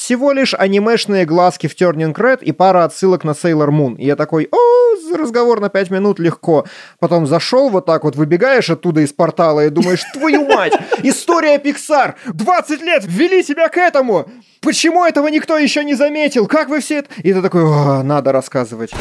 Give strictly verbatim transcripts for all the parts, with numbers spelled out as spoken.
всего лишь анимешные глазки в Turning Red и пара отсылок на Sailor Moon. И я такой, о, разговор на пять минут легко. Потом зашел вот так вот, выбегаешь оттуда из портала и думаешь, твою мать, история Pixar, двадцать лет ввели тебя к этому. Почему этого никто еще не заметил? Как вы все это... И ты такой, о, надо рассказывать.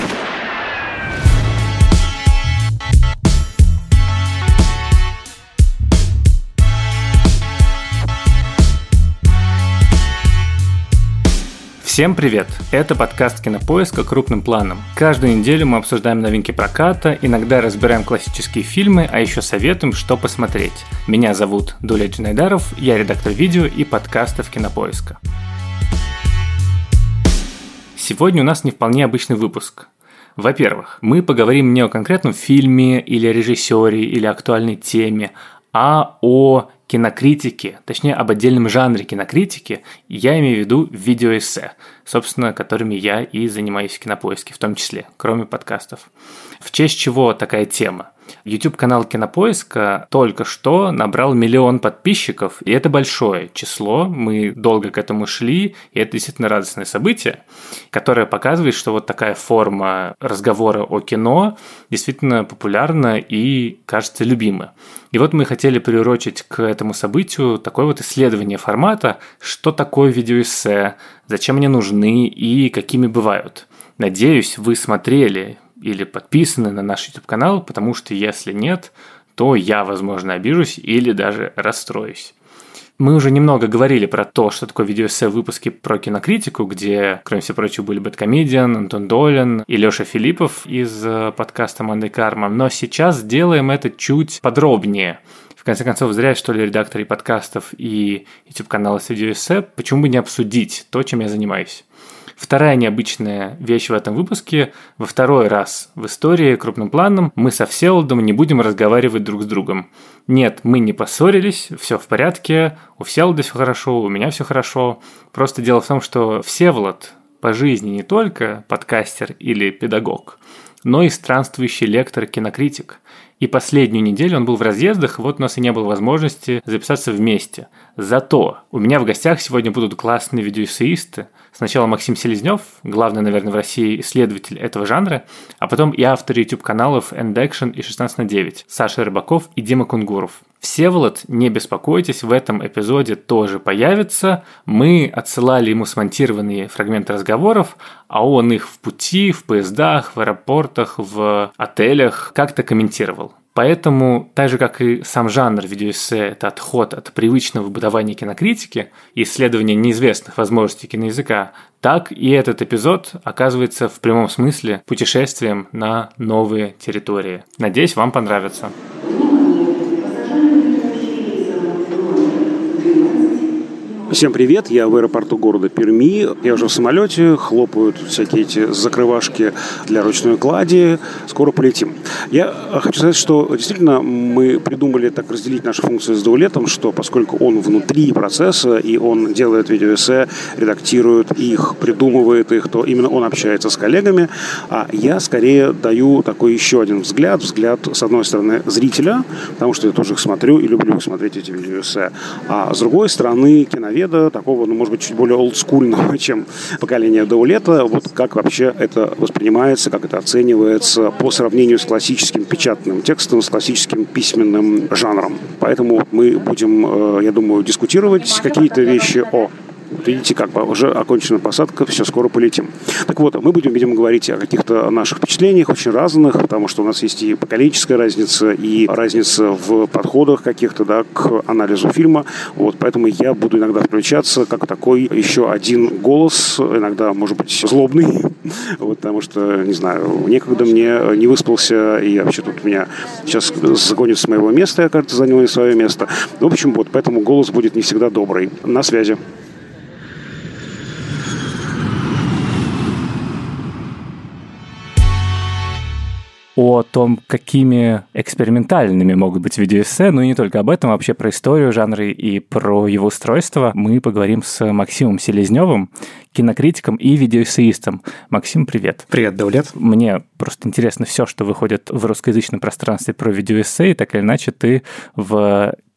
Всем привет! Это подкаст «Кинопоиска. Крупным планом». Каждую неделю мы обсуждаем новинки проката, иногда разбираем классические фильмы, а еще советуем, что посмотреть. Меня зовут Дулет Джинайдаров, я редактор видео и подкастов «Кинопоиска». Сегодня у нас не вполне обычный выпуск. Во-первых, мы поговорим не о конкретном фильме или режиссере или актуальной теме, а о кинокритике, точнее об отдельном жанре кинокритики, я имею в виду видеоэссе, собственно, которыми я и занимаюсь в Кинопоиске, в том числе, кроме подкастов. В честь чего такая тема? YouTube-канал Кинопоиска только что набрал миллион подписчиков, и это большое число, мы долго к этому шли, и это действительно радостное событие, которое показывает, что вот такая форма разговора о кино действительно популярна и, кажется, любима. И вот мы хотели приурочить к этому событию такое вот исследование формата, что такое видеоэссе, зачем они нужны и какими бывают. Надеюсь, вы смотрели или подписаны на наш YouTube-канал, потому что если нет, то я, возможно, обижусь или даже расстроюсь. Мы уже немного говорили про то, что такое видеоэссе в выпуске про кинокритику, где, кроме всего прочего, были Бэдкомедиан, Антон Долин и Лёша Филиппов из подкаста «Монте Кармо». Но сейчас сделаем это чуть подробнее. В конце концов, зря, что ли, редакторы подкастов и YouTube-канала с видеоэссе, почему бы не обсудить то, чем я занимаюсь. Вторая необычная вещь в этом выпуске. Во второй раз в истории крупным планом мы со Всеволодом не будем разговаривать друг с другом. Нет, мы не поссорились, все в порядке, у Всеволода все хорошо, у меня все хорошо. Просто дело в том, что Всеволод по жизни не только подкастер или педагог, но и странствующий лектор-кинокритик. И последнюю неделю он был в разъездах, вот у нас и не было возможности записаться вместе. Зато у меня в гостях сегодня будут классные видеоэссеисты. Сначала Максим Селезнев, главный, наверное, в России исследователь этого жанра, а потом и автор YouTube-каналов End Action и шестнадцать на девять, Саша Рыбаков и Дима Кунгуров. Всеволод, не беспокойтесь, в этом эпизоде тоже появится. Мы отсылали ему смонтированные фрагменты разговоров, а он их в пути, в поездах, в аэропортах, в отелях как-то комментировал. Поэтому, так же как и сам жанр видеоэссе – это отход от привычного бытования кинокритики и исследования неизвестных возможностей киноязыка, так и этот эпизод оказывается в прямом смысле путешествием на новые территории. Надеюсь, вам понравится. Всем привет, я в аэропорту города Перми, я уже в самолете, хлопают всякие эти закрывашки для ручной клади, скоро полетим. Я хочу сказать, что действительно мы придумали так разделить наши функции с Даулетом, что поскольку он внутри процесса и он делает видеоэссе, редактирует их, придумывает их, то именно он общается с коллегами, а я скорее даю такой еще один взгляд, взгляд, с одной стороны, зрителя, потому что я тоже их смотрю и люблю смотреть эти видеоэссе, а с другой стороны, киноведа, такого, ну, может быть, чуть более олдскульного, чем поколение Даулета, вот как вообще это воспринимается, как это оценивается по сравнению с классическим печатным текстом, с классическим письменным жанром. Поэтому мы будем, я думаю, дискутировать какие-то вещи о... Видите, как бы уже окончена посадка, все, скоро полетим. Так вот, мы будем, видимо, говорить о каких-то наших впечатлениях, очень разных, потому что у нас есть и поколенческая разница, и разница в подходах каких-то, да, к анализу фильма. Вот, поэтому я буду иногда включаться как такой еще один голос, иногда, может быть, злобный, вот, потому что, не знаю, некогда мне не выспался, и вообще тут меня сейчас загонят с моего места, я, кажется, занял не свое место. В общем, вот, поэтому голос будет не всегда добрый. На связи. О том, какими экспериментальными могут быть видеоэссе, ну и не только об этом, вообще про историю жанра и про его устройство, мы поговорим с Максимом Селезневым, кинокритиком и видеоэссеистом. Максим, привет. Привет, Даулет. Мне просто интересно все, что выходит в русскоязычном пространстве про видеоэссе, и так или иначе ты в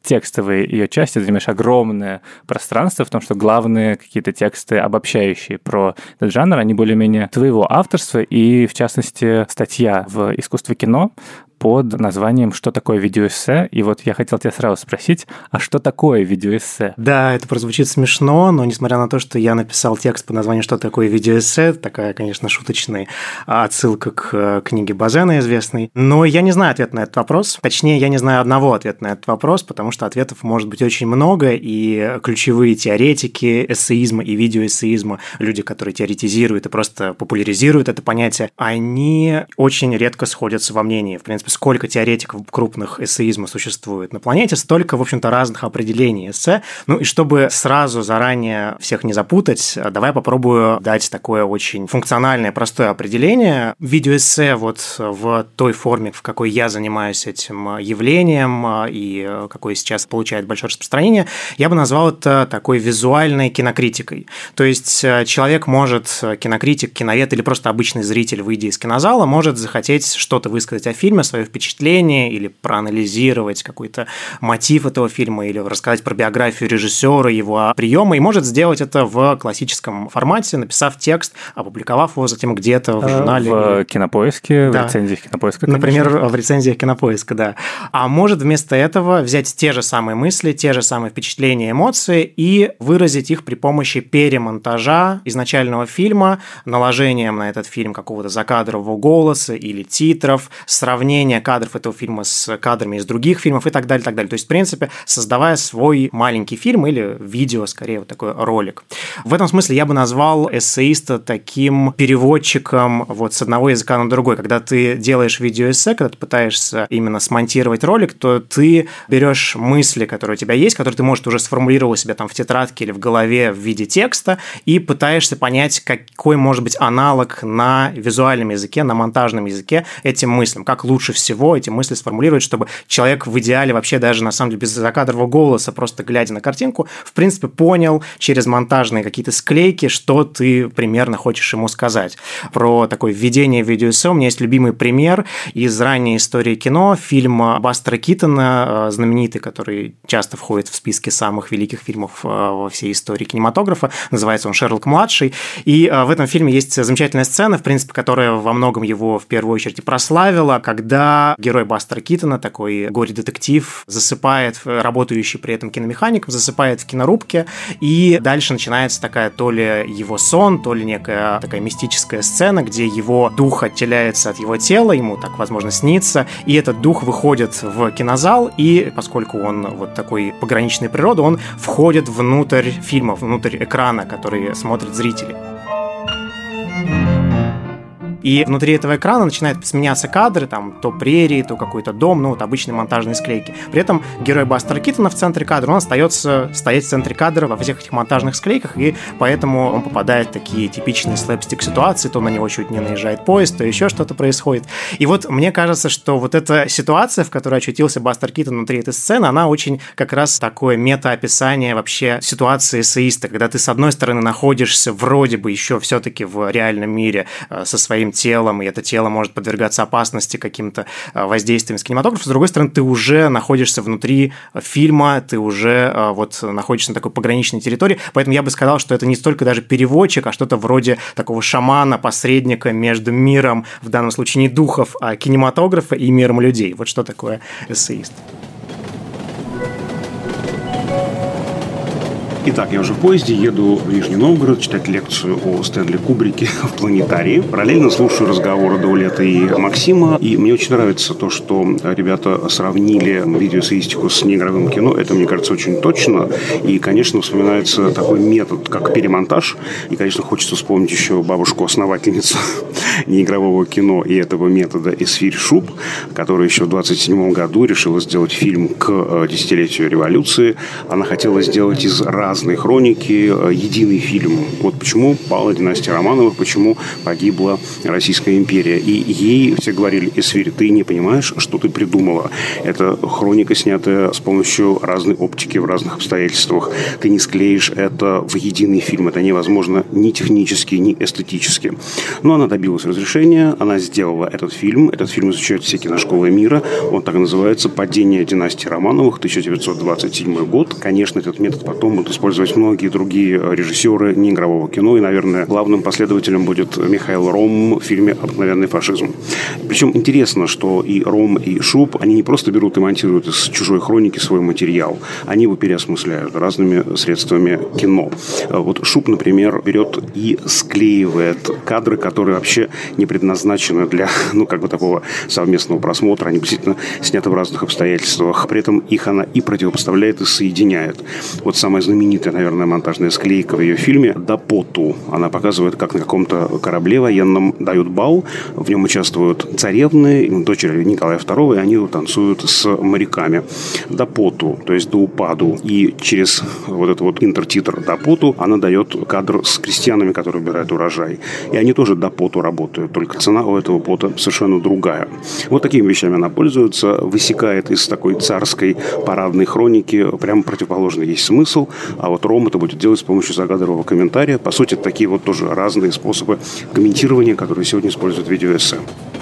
текстовой ее части занимаешь огромное пространство, в том, что главные какие-то тексты, обобщающие про этот жанр, они более-менее твоего авторства, и, в частности, статья в «Искусстве кино» под названием «Что такое видеоэссе?». И вот я хотел тебя сразу спросить, а что такое видеоэссе? Да, это прозвучит смешно, но несмотря на то, что я написал текст под названием «Что такое видеоэссе?», такая, конечно, шуточная отсылка к книге Базена известной, но я не знаю ответ на этот вопрос. Точнее, я не знаю одного ответа на этот вопрос, потому что ответов может быть очень много, и ключевые теоретики эссеизма и видеоэссеизма, люди, которые теоретизируют и просто популяризируют это понятие, они очень редко сходятся во мнении. В принципе, сколько теоретиков крупных эссеизма существует на планете, столько, в общем-то, разных определений эссе. Ну и чтобы сразу заранее всех не запутать, давай попробую дать такое очень функциональное, простое определение. Видеоэссе вот в той форме, в какой я занимаюсь этим явлением и какое сейчас получает большое распространение, я бы назвал это такой визуальной кинокритикой. То есть человек может, кинокритик, киновед или просто обычный зритель, выйдя из кинозала, может захотеть что-то высказать о фильме, свое впечатление или проанализировать какой-то мотив этого фильма или рассказать про биографию режиссера, его приемы, и может сделать это в классическом формате, написав текст, опубликовав его затем где-то в журнале. В Кинопоиске, да. в рецензиях Кинопоиска, конечно. Например, в рецензиях Кинопоиска, да. А может вместо этого взять те же самые мысли, те же самые впечатления, эмоции и выразить их при помощи перемонтажа изначального фильма, наложением на этот фильм какого-то закадрового голоса или титров, сравнения кадров этого фильма с кадрами из других фильмов и так далее, так далее. То есть, в принципе, создавая свой маленький фильм или видео, скорее, вот такой ролик. В этом смысле я бы назвал эссеиста таким переводчиком вот с одного языка на другой. Когда ты делаешь видеоэссе, когда ты пытаешься именно смонтировать ролик, то ты берешь мысли, которые у тебя есть, которые ты, может, уже сформулировал себя там в тетрадке или в голове в виде текста, и пытаешься понять, какой может быть аналог на визуальном языке, на монтажном языке этим мыслям, как лучше всего эти мысли сформулировать, чтобы человек в идеале вообще даже, на самом деле, без закадрового голоса, просто глядя на картинку, в принципе, понял через монтажные какие-то склейки, что ты примерно хочешь ему сказать. Про такое введение в видеоэссе у меня есть любимый пример из ранней истории кино, фильм Бастера Китона, знаменитый, который часто входит в списки самых великих фильмов во всей истории кинематографа, называется он «Шерлок-младший», и в этом фильме есть замечательная сцена, в принципе, которая во многом его в первую очередь и прославила, когда герой Бастера Китона, такой горе-детектив, засыпает, работающий при этом киномехаником, засыпает в кинорубке, и дальше начинается такая то ли его сон, то ли некая такая мистическая сцена, где его дух отделяется от его тела, ему так, возможно, снится, и этот дух выходит в кинозал, и поскольку он вот такой пограничной природы, он входит внутрь фильма, внутрь экрана, который смотрят зрители. И внутри этого экрана начинают сменяться кадры, там, то прерии, то какой-то дом, ну, вот обычные монтажные склейки. При этом герой Бастера Китона в центре кадра, он остается стоять в центре кадра во всех этих монтажных склейках, и поэтому он попадает в такие типичные слэпстик-ситуации, то на него чуть не наезжает поезд, то еще что-то происходит. И вот мне кажется, что вот эта ситуация, в которой очутился Бастер Китон внутри этой сцены, она очень как раз такое мета-описание вообще ситуации эссеиста, когда ты, с одной стороны, находишься вроде бы еще все-таки в реальном мире со своим телом, и это тело может подвергаться опасности каким-то воздействием с кинематографа. С другой стороны, ты уже находишься внутри фильма, ты уже вот находишься на такой пограничной территории, поэтому я бы сказал, что это не столько даже переводчик, а что-то вроде такого шамана, посредника между миром, в данном случае не духов, а кинематографа и миром людей. Вот что такое эссеист. Итак, я уже в поезде, еду в Нижний Новгород читать лекцию о Стэнли Кубрике в «Планетарии». Параллельно слушаю разговоры Даулета и Максима, и мне очень нравится то, что ребята сравнили видеоэссеистику с неигровым кино. Это, мне кажется, очень точно. И, конечно, вспоминается такой метод, как перемонтаж. И, конечно, хочется вспомнить еще бабушку-основательницу неигрового кино и этого метода Эсфирь Шуб, которая еще в двадцать седьмом году решила сделать фильм к десятилетию революции. Она хотела сделать из разных разные хроники, единый фильм. Вот почему пала династия Романовых, почему погибла Российская империя. И ей все говорили: Эсфирь, ты не понимаешь, что ты придумала. Это хроника, снятая с помощью разной оптики в разных обстоятельствах. Ты не склеишь это в единый фильм. Это невозможно ни технически, ни эстетически. Но она добилась разрешения, она сделала этот фильм. Этот фильм изучают все киношколы мира. Он так и называется «Падение династии Романовых», тысяча девятьсот двадцать седьмой год. Конечно, этот метод потом будут использовать многие другие режиссеры неигрового кино. И, наверное, главным последователем будет Михаил Ром в фильме «Обыкновенный фашизм». Причем интересно, что и Ром, и Шуб, они не просто берут и монтируют из чужой хроники свой материал. Они его переосмысляют разными средствами кино. Вот Шуб, например, берет и склеивает кадры, которые вообще не предназначены для, ну, как бы такого совместного просмотра. Они действительно сняты в разных обстоятельствах. При этом их она и противопоставляет, и соединяет. Вот самая знаменитая, наверное, монтажная склейка в ее фильме «Дапоту». Она показывает, как на каком-то корабле военном дают бал. В нем участвуют царевны, дочери Николая второго, и они танцуют с моряками. «Дапоту», то есть до упаду. И через вот этот вот интертитр «Дапоту» она дает кадр с крестьянами, которые убирают урожай. И они тоже до поту работают, только цена у этого пота совершенно другая. Вот такими вещами она пользуется, высекает из такой царской парадной хроники прямо противоположный есть смысл, а вот Ром это будет делать с помощью закадрового комментария. По сути, это такие вот тоже разные способы комментирования, которые сегодня используют видеоэссе.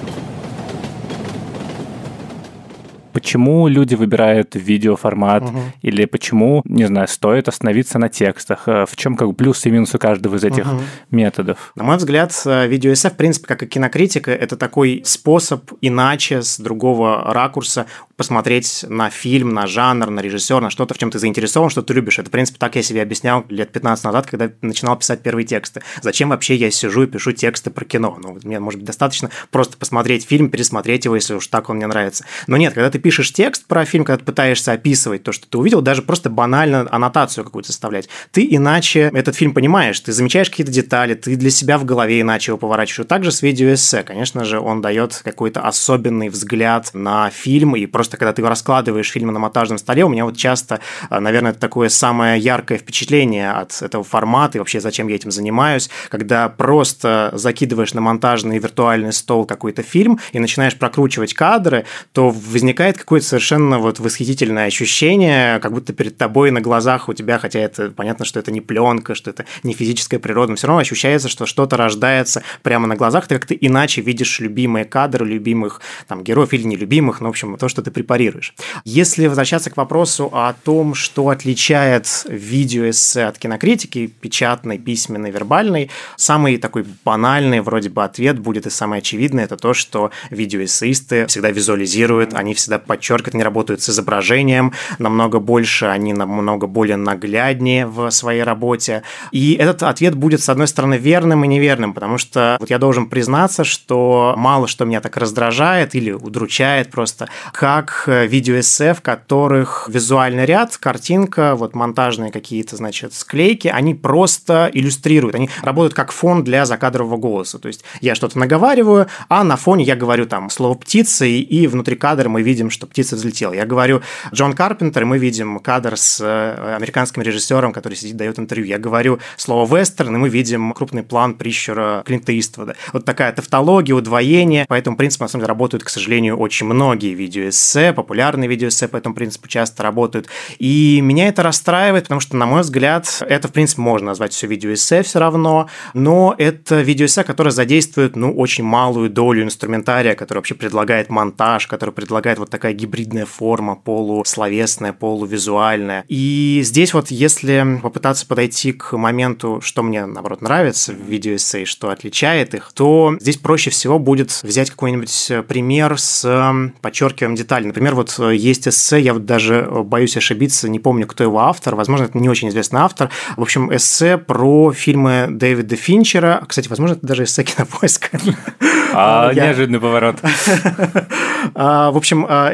Почему люди выбирают видеоформат? Угу. Или почему, не знаю, стоит остановиться на текстах? В чем как бы плюсы и минусы каждого из этих угу. методов? На мой взгляд, видеоэссе, в принципе, как и кинокритика, это такой способ иначе, с другого ракурса посмотреть на фильм, на жанр, на режиссера, на что-то, в чем ты заинтересован, что ты любишь. Это, в принципе, так я себе объяснял лет пятнадцать назад, когда начинал писать первые тексты. Зачем вообще я сижу и пишу тексты про кино? Ну, мне, может быть, достаточно просто посмотреть фильм, пересмотреть его, если уж так он мне нравится. Но нет, когда ты пишешь текст про фильм, когда ты пытаешься описывать то, что ты увидел, даже просто банально аннотацию какую-то составлять, ты иначе этот фильм понимаешь, ты замечаешь какие-то детали, ты для себя в голове иначе его поворачиваешь. Также с видеоэссе, конечно же, он дает какой-то особенный взгляд на фильм, и просто когда ты раскладываешь фильмы на монтажном столе, у меня вот часто, наверное, это такое самое яркое впечатление от этого формата, и вообще зачем я этим занимаюсь, когда просто закидываешь на монтажный виртуальный стол какой-то фильм и начинаешь прокручивать кадры, то возникает какое-то совершенно вот восхитительное ощущение, как будто перед тобой на глазах у тебя, хотя это понятно, что это не пленка, что это не физическая природа, но все равно ощущается, что что-то рождается прямо на глазах, ты как-то иначе видишь любимые кадры, любимых там героев или нелюбимых, ну, в общем, то, что ты препарируешь. Если возвращаться к вопросу о том, что отличает видеоэссе от кинокритики, печатной, письменной, вербальной, самый такой банальный вроде бы ответ будет и самый очевидный, это то, что видеоэссеисты всегда визуализируют, они всегда подчеркивают, они работают с изображением намного больше, они намного более нагляднее в своей работе. И этот ответ будет, с одной стороны, верным и неверным, потому что вот я должен признаться, что мало что меня так раздражает или удручает просто, как видеоэссе, в которых визуальный ряд, картинка, вот монтажные какие-то, значит, склейки, они просто иллюстрируют, они работают как фон для закадрового голоса. То есть я что-то наговариваю, а на фоне я говорю там слово «птица», и, и внутри кадра мы видим, что птица взлетела. Я говорю Джон Карпентер, и мы видим кадр с американским режиссером, который сидит, дает интервью. Я говорю слово «вестерн», и мы видим крупный план прищура Клинта Иствуда. Вот такая тавтология, удвоение. По этому принципу, на самом деле, работают, к сожалению, очень многие видеоэссе, популярные видеоэссе по этому принципу часто работают. И меня это расстраивает, потому что, на мой взгляд, это, в принципе, можно назвать все видеоэссе все равно, но это видеоэссе, которое задействует, ну, очень малую долю инструментария, который вообще предлагает монтаж, который предлагает вот такая гибридная форма, полусловесная, полувизуальная. И здесь вот, если попытаться подойти к моменту, что мне, наоборот, нравится в видеоэссе и что отличает их, то здесь проще всего будет взять какой-нибудь пример с подчеркиванием деталей. Например, вот есть эссе, я вот даже боюсь ошибиться, не помню, кто его автор, возможно, это не очень известный автор. В общем, эссе про фильмы Дэвида Финчера. Кстати, возможно, это даже эссе Кинопоиска. А, неожиданный поворот. В общем,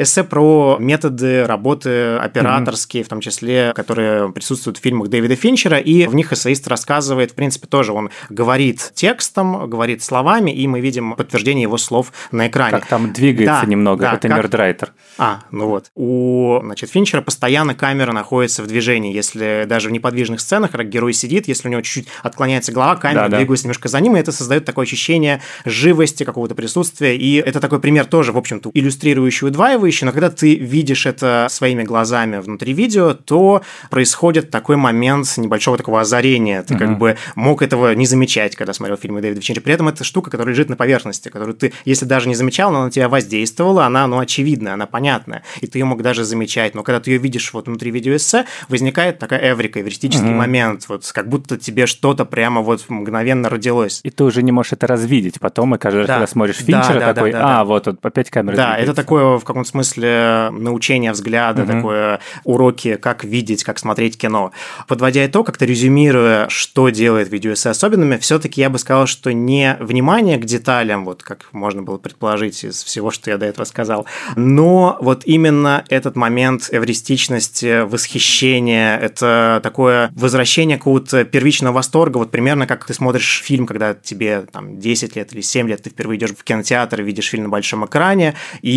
эссе про методы работы операторские, mm-hmm. в том числе, которые присутствуют в фильмах Дэвида Финчера, и в них эссеист рассказывает, в принципе, тоже он говорит текстом, говорит словами, и мы видим подтверждение его слов на экране. Как там двигается да, немного, да, это как... Нердрайтер. А, ну вот. У, значит, Финчера постоянно камера находится в движении, если даже в неподвижных сценах, как герой сидит, если у него чуть-чуть отклоняется голова, камера да, двигается да. немножко за ним, и это создает такое ощущение живости, какого-то присутствия, и это такой пример тоже, в общем-то, иллюстрирующий, удваивающий, но когда ты видишь это своими глазами внутри видео, то происходит такой момент небольшого такого озарения, ты uh-huh. как бы мог этого не замечать, когда смотрел фильмы Дэвида Финчера, при этом это штука, которая лежит на поверхности, которую ты, если даже не замечал, но она на тебя воздействовала, она, ну, очевидная, она понятная, и ты ее мог даже замечать, но когда ты ее видишь вот внутри видеоэссе, возникает такая эврика, эвристический uh-huh. момент, вот как будто тебе что-то прямо вот мгновенно родилось. И ты уже не можешь это развидеть потом, и каждый раз, да. когда смотришь Финчера, да, да, такой, да, да, а, да. вот, вот опять камера Да, двигается. Это такое в каком-то смысле научение взгляда, uh-huh. такое уроки, как видеть, как смотреть кино. Подводя итог, как-то резюмируя, что делает видеоэссе особенными, все-таки я бы сказал, что не внимание к деталям, вот как можно было предположить из всего, что я до этого сказал, но вот именно этот момент эвристичности, восхищения, это такое возвращение какого-то первичного восторга, вот примерно как ты смотришь фильм, когда тебе там десять лет или семь лет, ты впервые идешь в кинотеатр, видишь фильм на большом экране,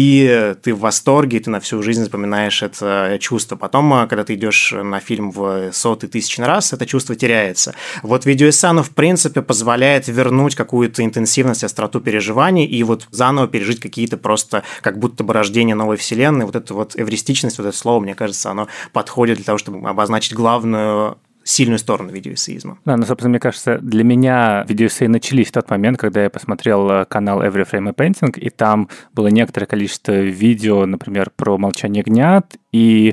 и ты в восторге, ты на всю жизнь запоминаешь это чувство. Потом, когда ты идешь на фильм в сотый тысячный раз, это чувство теряется. Вот видеоэссе, оно, в принципе, позволяет вернуть какую-то интенсивность, остроту переживаний и вот заново пережить какие-то просто как будто бы рождение новой вселенной. Вот эта вот эвристичность, вот это слово, мне кажется, оно подходит для того, чтобы обозначить главную сильную сторону видеоэссеизма. Да, ну, собственно, мне кажется, для меня видеоэссе начались в тот момент, когда я посмотрел канал Every Frame a Painting, и там было некоторое количество видео, например, про молчание ягнят и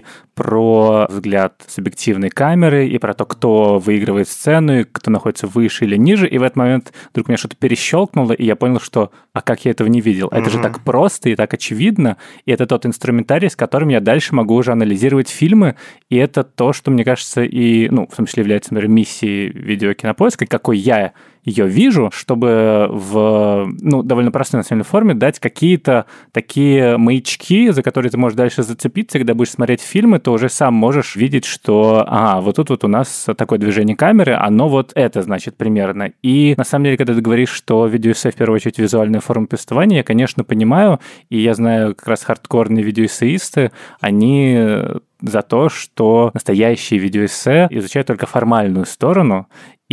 про взгляд субъективной камеры, и про то, кто выигрывает сцену, и кто находится выше или ниже, и в этот момент вдруг меня что-то перещелкнуло, и я понял, что а как я этого не видел? Mm-hmm. Это же так просто и так очевидно, и это тот инструментарий, с которым я дальше могу уже анализировать фильмы, и это то, что, мне кажется, и, ну, в том числе является, например, миссией видеокинопоиска, какой я ее вижу, чтобы в, ну, довольно простой национальной форме дать какие-то такие маячки, за которые ты можешь дальше зацепиться, когда будешь смотреть фильмы, то уже сам можешь видеть, что, ага, вот тут вот у нас такое движение камеры, оно вот это значит примерно. И на самом деле, когда ты говоришь, что видеоэссе в первую очередь визуальная форма повествования, я, конечно, понимаю, и я знаю как раз хардкорные видеоэссеисты, они за то, что настоящие видеоэссе изучают только формальную сторону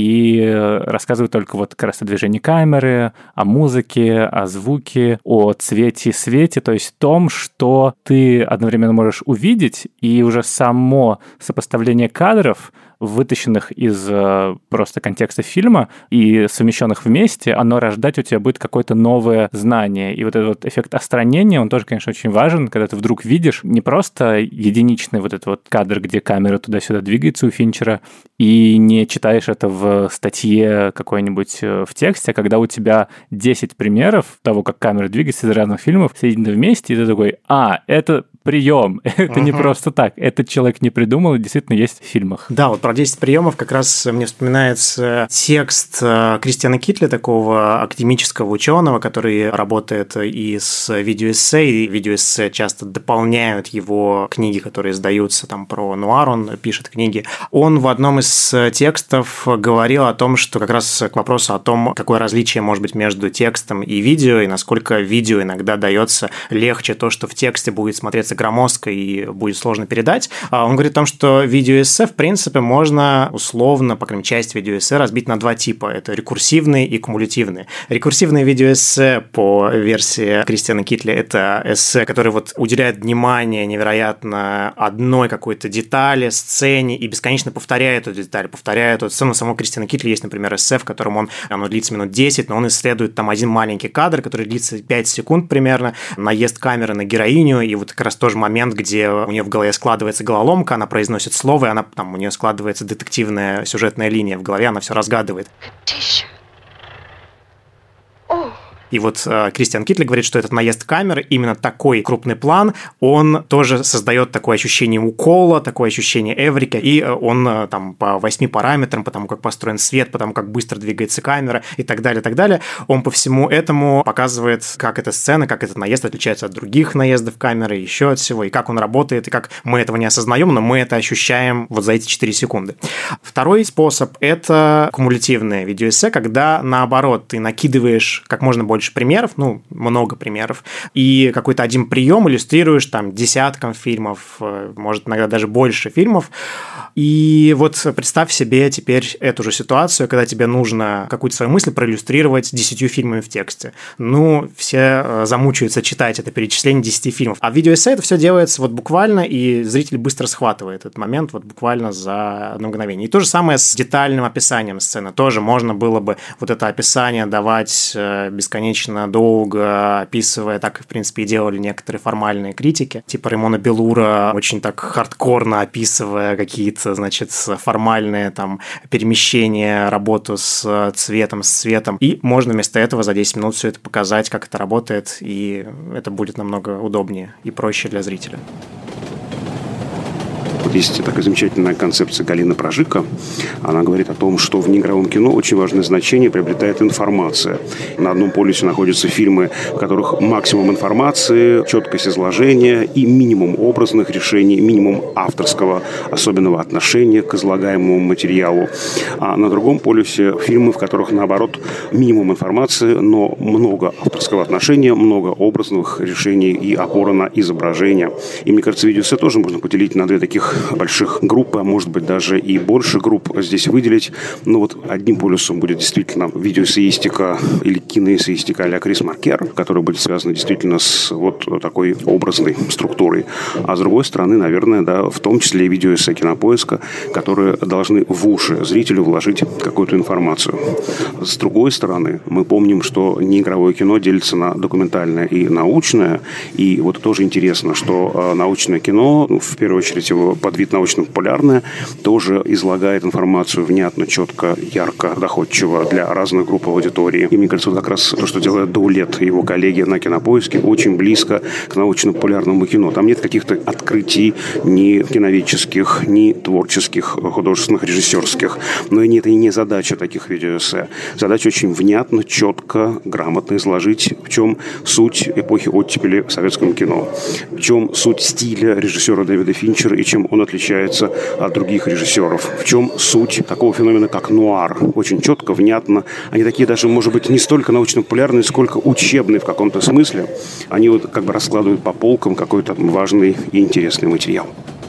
и рассказывают только вот как раз о движении камеры, о музыке, о звуке, о цвете и свете, то есть том, что ты одновременно можешь увидеть, и уже само сопоставление кадров, вытащенных из э, просто контекста фильма и совмещенных вместе, оно рождать у тебя будет какое-то новое знание. И вот этот вот эффект остранения, он тоже, конечно, очень важен, когда ты вдруг видишь не просто единичный вот этот вот кадр, где камера туда-сюда двигается у Финчера, и не читаешь это в статье какой-нибудь в тексте, а когда у тебя десять примеров того, как камера двигается из разных фильмов, соединены вместе, и ты такой, а, это прием, это не просто так, этот человек не придумал, и действительно есть в фильмах. Да, вот про десять приемов как раз мне вспоминается текст Кристиана Китля, такого академического ученого, который работает и с видеоэссе, и видеоэссе часто дополняют его книги, которые издаются там про нуар, он пишет книги. Он в одном из текстов говорил о том, что как раз к вопросу о том, какое различие может быть между текстом и видео, и насколько видео иногда дается легче то, что в тексте будет смотреться громоздко и будет сложно передать. Он говорит о том, что видеоэссе, в принципе, можно условно, по крайней мере, часть видеоэссе разбить на два типа. Это рекурсивные и кумулятивные. Рекурсивные видеоэссе, по версии Кристиана Китля, это эссе, которые вот уделяют внимание невероятно одной какой-то детали, сцене и бесконечно повторяют эту деталь, повторяют эту сцену. Самого Кристиана Китля есть, например, эссе, в котором он, оно длится минут десять, но он исследует там один маленький кадр, который длится пять секунд примерно, наезд камеры на героиню, и вот как раз тоже момент, где у нее в голове складывается головоломка, она произносит слово, и она, там, у нее складывается детективная сюжетная линия в голове, она все разгадывает. И вот э, Кристиан Китли говорит, что этот наезд камеры, именно такой крупный план, он тоже создает такое ощущение укола, такое ощущение эврика, и он э, там по восьми параметрам, потому как построен свет, потому как быстро двигается камера и так далее, и так далее, он по всему этому показывает, как эта сцена, как этот наезд отличается от других наездов камеры, еще от всего, и как он работает, и как мы этого не осознаем, но мы это ощущаем вот за эти четыре секунды. Второй способ – это кумулятивное видеоэссе, когда, наоборот, ты накидываешь как можно больше примеров, ну, много примеров, и какой-то один прием иллюстрируешь там десятком фильмов, может, иногда даже больше фильмов. И вот представь себе теперь эту же ситуацию, когда тебе нужно какую-то свою мысль проиллюстрировать десятью фильмами в тексте. Ну, все замучаются читать это перечисление десяти фильмов. А в видеоэссе это все делается вот буквально, и зритель быстро схватывает этот момент вот буквально за одно мгновение. И то же самое с детальным описанием сцены. Тоже можно было бы вот это описание давать бесконечно долго, описывая, так, в принципе, и делали некоторые формальные критики, типа Ремона Белура, очень так хардкорно описывая какие-то, значит, формальные там перемещения, работу с цветом, с цветом. И можно вместо этого за десять минут все это показать, как это работает, и это будет намного удобнее и проще для зрителя. Есть такая замечательная концепция Галины Прожика. Она говорит о том, что в неигровом кино очень важное значение приобретает информация. На одном полюсе находятся фильмы, в которых максимум информации, четкость изложения и минимум образных решений, минимум авторского особенного отношения к излагаемому материалу. А на другом полюсе фильмы, в которых, наоборот, минимум информации, но много авторского отношения, много образных решений и опора на изображение. И мне кажется, видеоэссе тоже можно поделить на две таких больших группы, а может быть даже и больше групп здесь выделить. Но вот одним полюсом будет действительно видеоэссеистика или киноэссеистика а-ля Крис Маркер, которая будет связана действительно с вот такой образной структурой. А с другой стороны, наверное, да, в том числе и видеоэссе Кинопоиска, которые должны в уши зрителю вложить какую-то информацию. С другой стороны, мы помним, что неигровое кино делится на документальное и научное. И вот тоже интересно, что научное кино, в первую очередь его под вид научно-популярное, тоже излагает информацию внятно, четко, ярко, доходчиво для разных групп аудитории. И мне кажется, вот как раз то, что делает Даулет и его коллеги на Кинопоиске, очень близко к научно-популярному кино. Там нет каких-то открытий ни киноведческих, ни творческих, художественных, режиссерских. Но и нет, и не задача таких видеоэссе. Задача очень внятно, четко, грамотно изложить, в чем суть эпохи оттепели в советском кино, в чем суть стиля режиссера Дэвида Финчера и чем он отличается от других режиссеров. В чем суть такого феномена, как нуар? Очень четко, внятно. Они такие даже, может быть, не столько научно-популярные, сколько учебные в каком-то смысле. Они вот как бы раскладывают по полкам какой-то важный и интересный материал.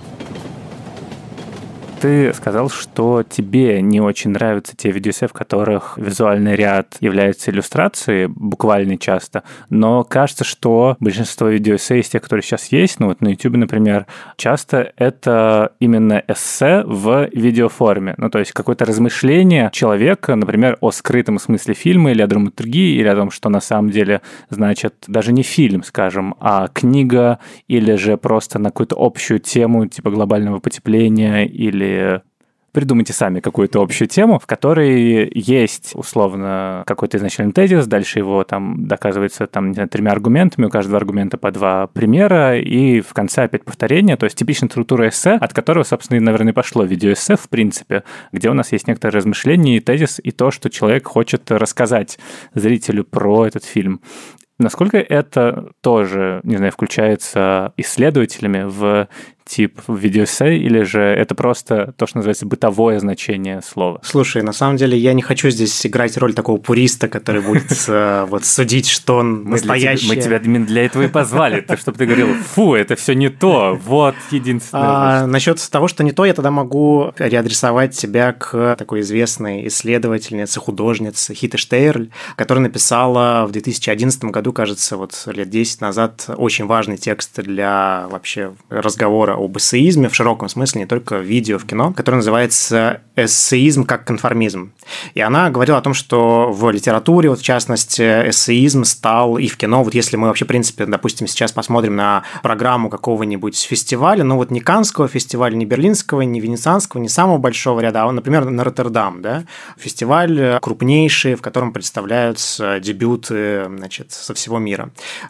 Ты сказал, что тебе не очень нравятся те видеоэссе, в которых визуальный ряд является иллюстрацией, буквально часто, но кажется, что большинство видеоэссе из тех, которые сейчас есть, ну вот на YouTube, например, часто это именно эссе в видеоформе, ну то есть какое-то размышление человека, например, о скрытом смысле фильма или о драматургии, или о том, что на самом деле значит даже не фильм, скажем, а книга, или же просто на какую-то общую тему типа глобального потепления или придумайте сами какую-то общую тему, в которой есть, условно, какой-то изначальный тезис, дальше его там доказывается там, не знаю, тремя аргументами, у каждого аргумента по два примера, и в конце опять повторение, то есть типичная структура эссе, от которого, собственно, и, наверное, пошло видеоэссе, в принципе, где у нас есть некоторые размышления и тезис, и то, что человек хочет рассказать зрителю про этот фильм. Насколько это тоже, не знаю, включается исследователями в тип видеоэссе, или же это просто то, что называется бытовое значение слова? Слушай, на самом деле я не хочу здесь играть роль такого пуриста, который будет вот судить, что он настоящий. Мы тебя именно для этого и позвали, чтобы ты говорил, фу, это все не то, вот единственное. Насчет того, что не то, я тогда могу реадресовать тебя к такой известной исследовательнице, художнице Хите Штейрль, которая написала в две тысячи одиннадцатом году, кажется, вот лет десять назад, очень важный текст для вообще разговора об эссеизме в широком смысле, не только в видео, в кино, который называется «Эссеизм как конформизм». И она говорила о том, что в литературе, вот в частности, эссеизм стал и в кино, вот если мы вообще, в принципе, допустим, сейчас посмотрим на программу какого-нибудь фестиваля, ну вот не Каннского фестиваля, не Берлинского, не Венецианского, не самого большого ряда, а, например, на Роттердам, да, фестиваль крупнейший, в котором представляются дебюты, значит, со всего мира,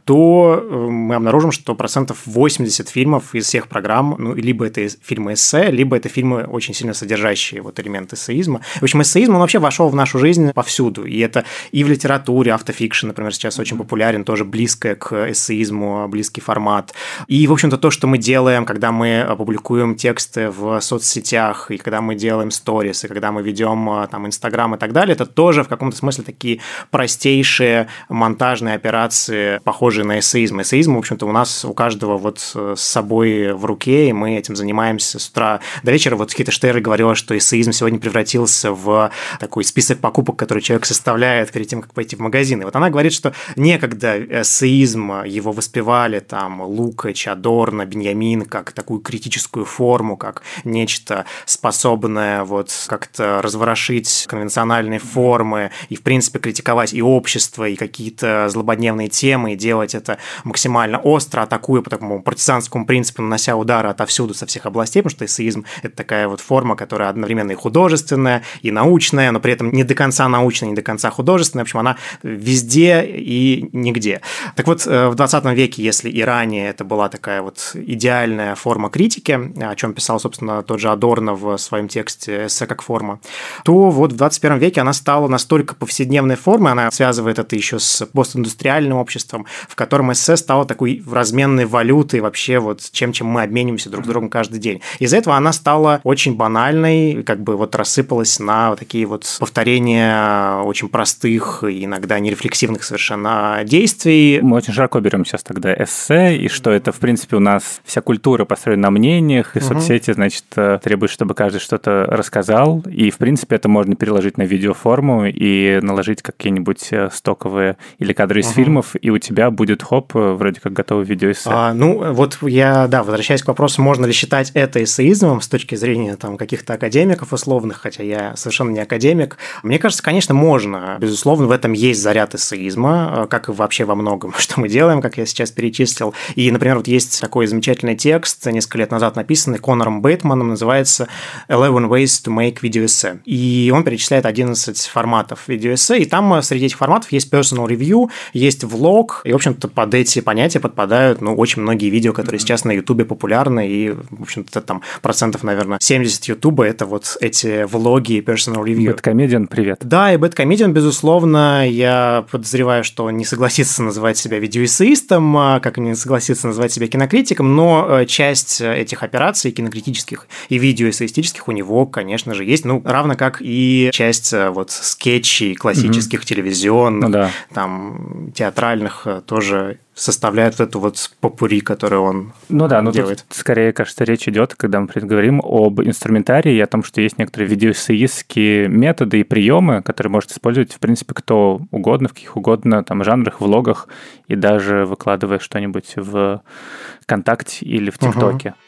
то мы обнаружим, что процентов восемьдесят фильмов из всех программ, ну, либо это фильмы эссе, либо это фильмы, очень сильно содержащие вот элементы эссеизма. В общем, эссеизм, он вообще вошел в нашу жизнь повсюду, и это и в литературе, автофикшн, например, сейчас очень популярен, тоже близкое к эссеизму, близкий формат. И, в общем-то, то, что мы делаем, когда мы публикуем тексты в соцсетях, и когда мы делаем сторис, и когда мы ведем там Инстаграм и так далее, это тоже в каком-то смысле такие простейшие монтажные операции, похожие на эссеизм. Эссеизм, в общем-то, у нас у каждого вот с собой в руке, и мы этим занимаемся с утра до вечера. Вот Хита Штейр говорила, что эссеизм сегодня превратился в такой список покупок, который человек составляет перед тем, как пойти в магазин. И вот она говорит, что некогда эссеизм, его воспевали там Лукач, Адорно, Беньямин как такую критическую форму, как нечто способное вот как-то разворошить конвенциональные формы и, в принципе, критиковать и общество, и какие-то злободневные темы, и делать это максимально остро, атакуя по такому партизанскому принципу, нанося удары отовсюду, со всех областей, потому что эссеизм – это такая вот форма, которая одновременно и художественная, и научная, но при этом не до конца научная, не до конца художественная. В общем, она везде и нигде. Так вот, в двадцатом веке, если и ранее это была такая вот идеальная форма критики, о чем писал, собственно, тот же Адорно в своем тексте «Эссе как форма», то вот в двадцать первом веке она стала настолько повседневной формой, она связывает это еще с постиндустриальным обществом, в котором эссе стало такой разменной валютой вообще вот чем, чем мы обмениваемся друг с другом каждый день. Из-за этого она стала очень банальной, как бы вот рассыпалась на вот такие вот повторения очень простых и иногда нерефлексивных совершенно действий. Мы очень широко берем сейчас тогда эссе, и что это, в принципе, у нас вся культура построена на мнениях, и угу. соцсети, значит, требуют, чтобы каждый что-то рассказал, и, в принципе, это можно переложить на видеоформу и наложить какие-нибудь стоковые или кадры из угу. фильмов, и у тебя будет, хоп, вроде как готовый видеоэссе. А, ну, вот я, да, возвращаясь к вопросу, можно ли считать это эссеизмом с точки зрения там каких-то академиков условных, хотя я совершенно не академик. Мне кажется, конечно, можно. Безусловно, в этом есть заряд эссеизма, как и вообще во многом, что мы делаем, как я сейчас перечислил. И, например, вот есть такой замечательный текст, несколько лет назад написанный Конором Бейтманом, называется «eleven ways to make video essay». И он перечисляет одиннадцать форматов видеоэссе, и там среди этих форматов есть personal review, есть влог, и, в общем-то, под эти понятия подпадают, ну, очень многие видео, которые сейчас на Ютубе популярны, и, в общем-то, там процентов, наверное, семьдесят Ютуба – это вот эти влоги и personal review. Бэдкомедиан, привет. Да, и Бэдкомедиан, безусловно, я подозреваю, что он не согласится называть себя видеоэссеистом, как не согласится называть себя кинокритиком, но часть этих операций кинокритических и видеоэссеистических у него, конечно же, есть, ну, равно как и часть вот скетчей классических, mm-hmm. телевизионных, ну, да. там, театральных тоже составляет вот эту вот попури, которую он ну да, ну делает. Тут скорее, кажется, речь идет, когда мы говорим об инструментарии и о том, что есть некоторые видеоэссеистские методы и приемы, которые может использовать, в принципе, кто угодно, в каких угодно там жанрах, влогах, и даже выкладывая что-нибудь в ВКонтакте или в ТикТоке. Uh-huh.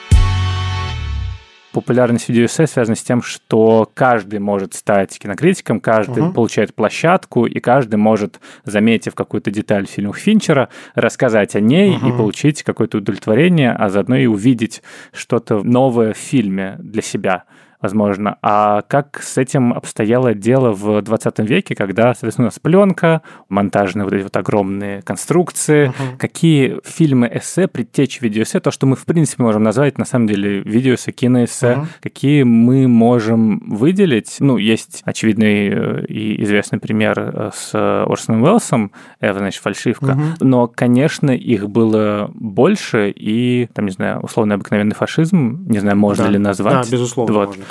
Популярность видеоэссе связана с тем, что каждый может стать кинокритиком, каждый uh-huh. получает площадку, и каждый может, заметив какую-то деталь в фильмах Финчера, рассказать о ней uh-huh. и получить какое-то удовлетворение, а заодно и увидеть что-то новое в фильме для себя. Возможно. А как с этим обстояло дело в двадцатом веке, когда, соответственно, у нас пленка, монтажные вот эти вот огромные конструкции, uh-huh. какие фильмы эссе, предтечи видеоэссе, то, что мы, в принципе, можем назвать, на самом деле, видеоэссе, киноэссе, uh-huh. какие мы можем выделить. Ну, есть очевидный и известный пример с Орсоном Уэллсом, Эва, значит, фальшивка, uh-huh. но, конечно, их было больше, и, там, не знаю, условно обыкновенный фашизм, не знаю, можно да. ли назвать. Да, безусловно, вот. можно.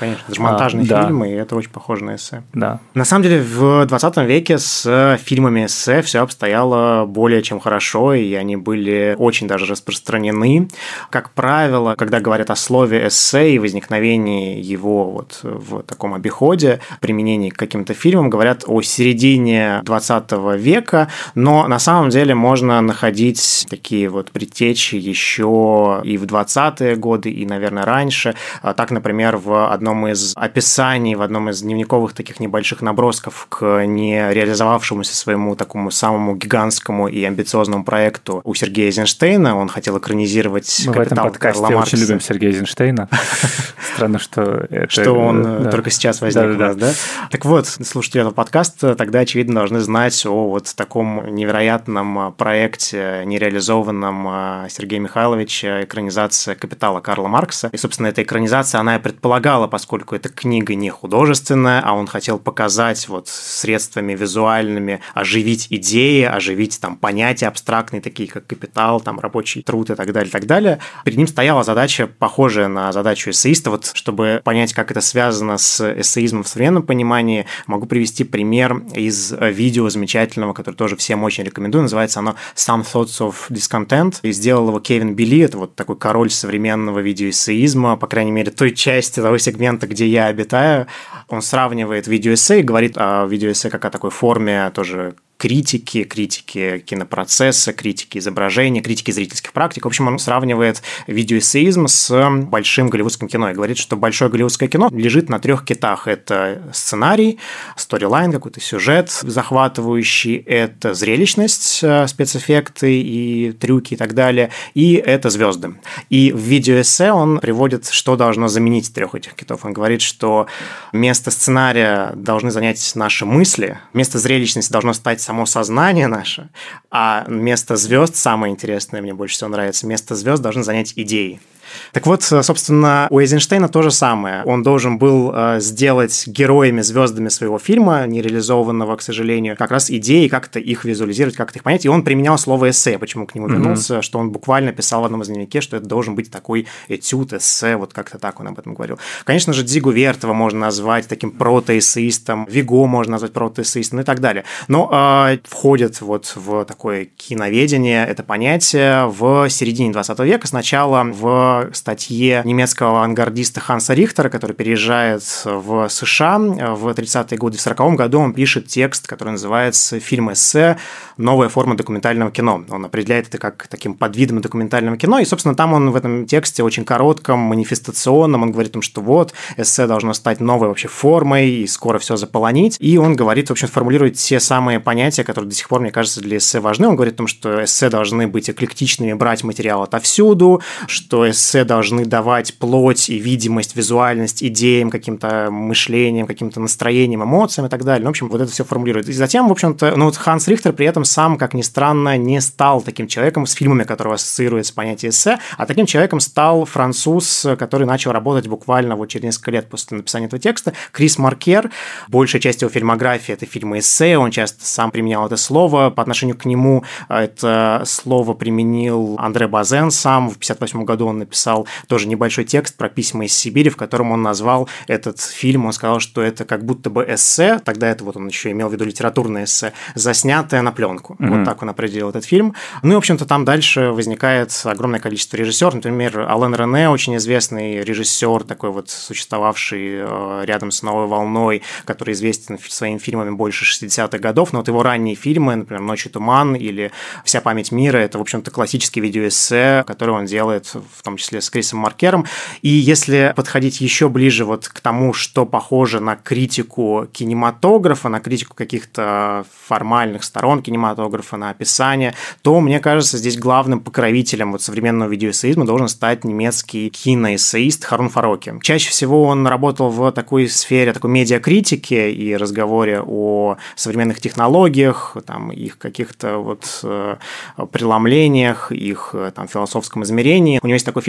конечно. Это же монтажный а, фильм, да. и это очень похоже на эссе. Да. На самом деле, в двадцатом веке с фильмами эссе все обстояло более чем хорошо, и они были очень даже распространены. Как правило, когда говорят о слове эссе и возникновении его вот в таком обиходе, применении к каким-то фильмам, говорят о середине двадцатого века, но на самом деле можно находить такие вот предтечи еще и в двадцатые годы, и, наверное, раньше. Так, например, в одном из описаний, в одном из дневниковых таких небольших набросков к не реализовавшемуся своему такому самому гигантскому и амбициозному проекту у Сергея Эйзенштейна, он хотел экранизировать Мы «Капитал» в этом подкасте Карла очень Маркса. любим Сергея Эйзенштейна. Странно, что это... Что он да. только сейчас возник у нас, да? Так вот, слушатели этого подкаста тогда, очевидно, должны знать о вот таком невероятном проекте, нереализованном Сергея Михайловича, экранизация «Капитала» Карла Маркса. И, собственно, эта экранизация, она и предполагала, поскольку эта книга не художественная, а он хотел показать вот средствами визуальными, оживить идеи, оживить там понятия абстрактные, такие как капитал, там рабочий труд и так далее, и так далее. Перед ним стояла задача, похожая на задачу эссеиста, вот чтобы понять, как это связано с эссеизмом в современном понимании, могу привести пример из видео замечательного, которое тоже всем очень рекомендую. Называется оно «Some Thoughts of Discontent». И сделал его Кевин Билли. Это вот такой король современного видеоэссеизма, по крайней мере, той части того сегмента, где я обитаю. Он сравнивает видеоэссе и говорит о видеоэссе как о такой форме тоже критики, критики кинопроцесса, критики изображения, критики зрительских практик. В общем, он сравнивает видеоэссеизм с большим голливудским кино и говорит, что большое голливудское кино лежит на трех китах. Это сценарий, сторилайн, какой-то сюжет захватывающий, это зрелищность, спецэффекты и трюки и так далее, и это звезды. И в видеоэссе он приводит, что должно заменить трех этих китов. Он говорит, что место сценария должны занять наши мысли, место зрелищности должно стать само сознание наше, а место звезд, самое интересное, мне больше всего нравится, место звезд должны занять идеи. Так вот, собственно, у Эйзенштейна то же самое. Он должен был сделать героями, звездами своего фильма, нереализованного, к сожалению, как раз идеи, как-то их визуализировать, как-то их понять. И он применял слово «эссе». Почему к нему вернулся? Mm-hmm. Что он буквально писал в одном из дневнике, что это должен быть такой этюд, эссе, вот как-то так он об этом говорил. Конечно же, Дзигу Вертова можно назвать таким протоэссеистом, Виго можно назвать протоэссеистом и так далее. Но э, входит вот в такое киноведение это понятие в середине двадцатого века, сначала в статье немецкого авангардиста Ханса Рихтера, который переезжает в США в тридцатые годы. В сороковом году он пишет текст, который называется «Фильм-эссе. Новая форма документального кино». Он определяет это как таким подвидом документального кино. И, собственно, там он в этом тексте очень коротком, манифестационном, он говорит о том, что вот, эссе должно стать новой вообще формой и скоро все заполонить. И он говорит, в общем, формулирует те самые понятия, которые до сих пор, мне кажется, для эссе важны. Он говорит о том, что эссе должны быть эклектичными, брать материал отовсюду, что эссе должны давать плоть и видимость, визуальность идеям, каким-то мышлением, каким-то настроением, эмоциям и так далее. Ну, в общем, вот это все формулирует. И затем, в общем-то, ну вот Ханс Рихтер при этом сам, как ни странно, не стал таким человеком с фильмами, которого ассоциируется понятие эссе, а таким человеком стал француз, который начал работать буквально вот через несколько лет после написания этого текста, Крис Маркер. Большая часть его фильмографии – это фильмы эссе, он часто сам применял это слово. По отношению к нему это слово применил Андре Базен сам. В пятьдесят восьмом году он написал тоже небольшой текст про письма из Сибири, в котором он назвал этот фильм, он сказал, что это как будто бы эссе, тогда это вот он еще имел в виду литературное эссе, заснятое на пленку. Mm-hmm. Вот так он определил этот фильм. Ну и, в общем-то, там дальше возникает огромное количество режиссеров. Например, Ален Рене, очень известный режиссер, такой вот существовавший рядом с «Новой волной», который известен своими фильмами больше шестидесятых годов, но вот его ранние фильмы, например, «Ночь и туман» или «Вся память мира», это, в общем-то, классический видеоэссе, который он делает, в том числе с Крисом Маркером. И если подходить еще ближе вот к тому, что похоже на критику кинематографа, на критику каких-то формальных сторон кинематографа, на описание, то, мне кажется, здесь главным покровителем вот современного видеоэссеизма должен стать немецкий киноэссеист Харун Фароки. Чаще всего он работал в такой сфере, такой медиакритики и разговоре о современных технологиях, там, их каких-то вот преломлениях, их там, философском измерении. У него есть такой фильм,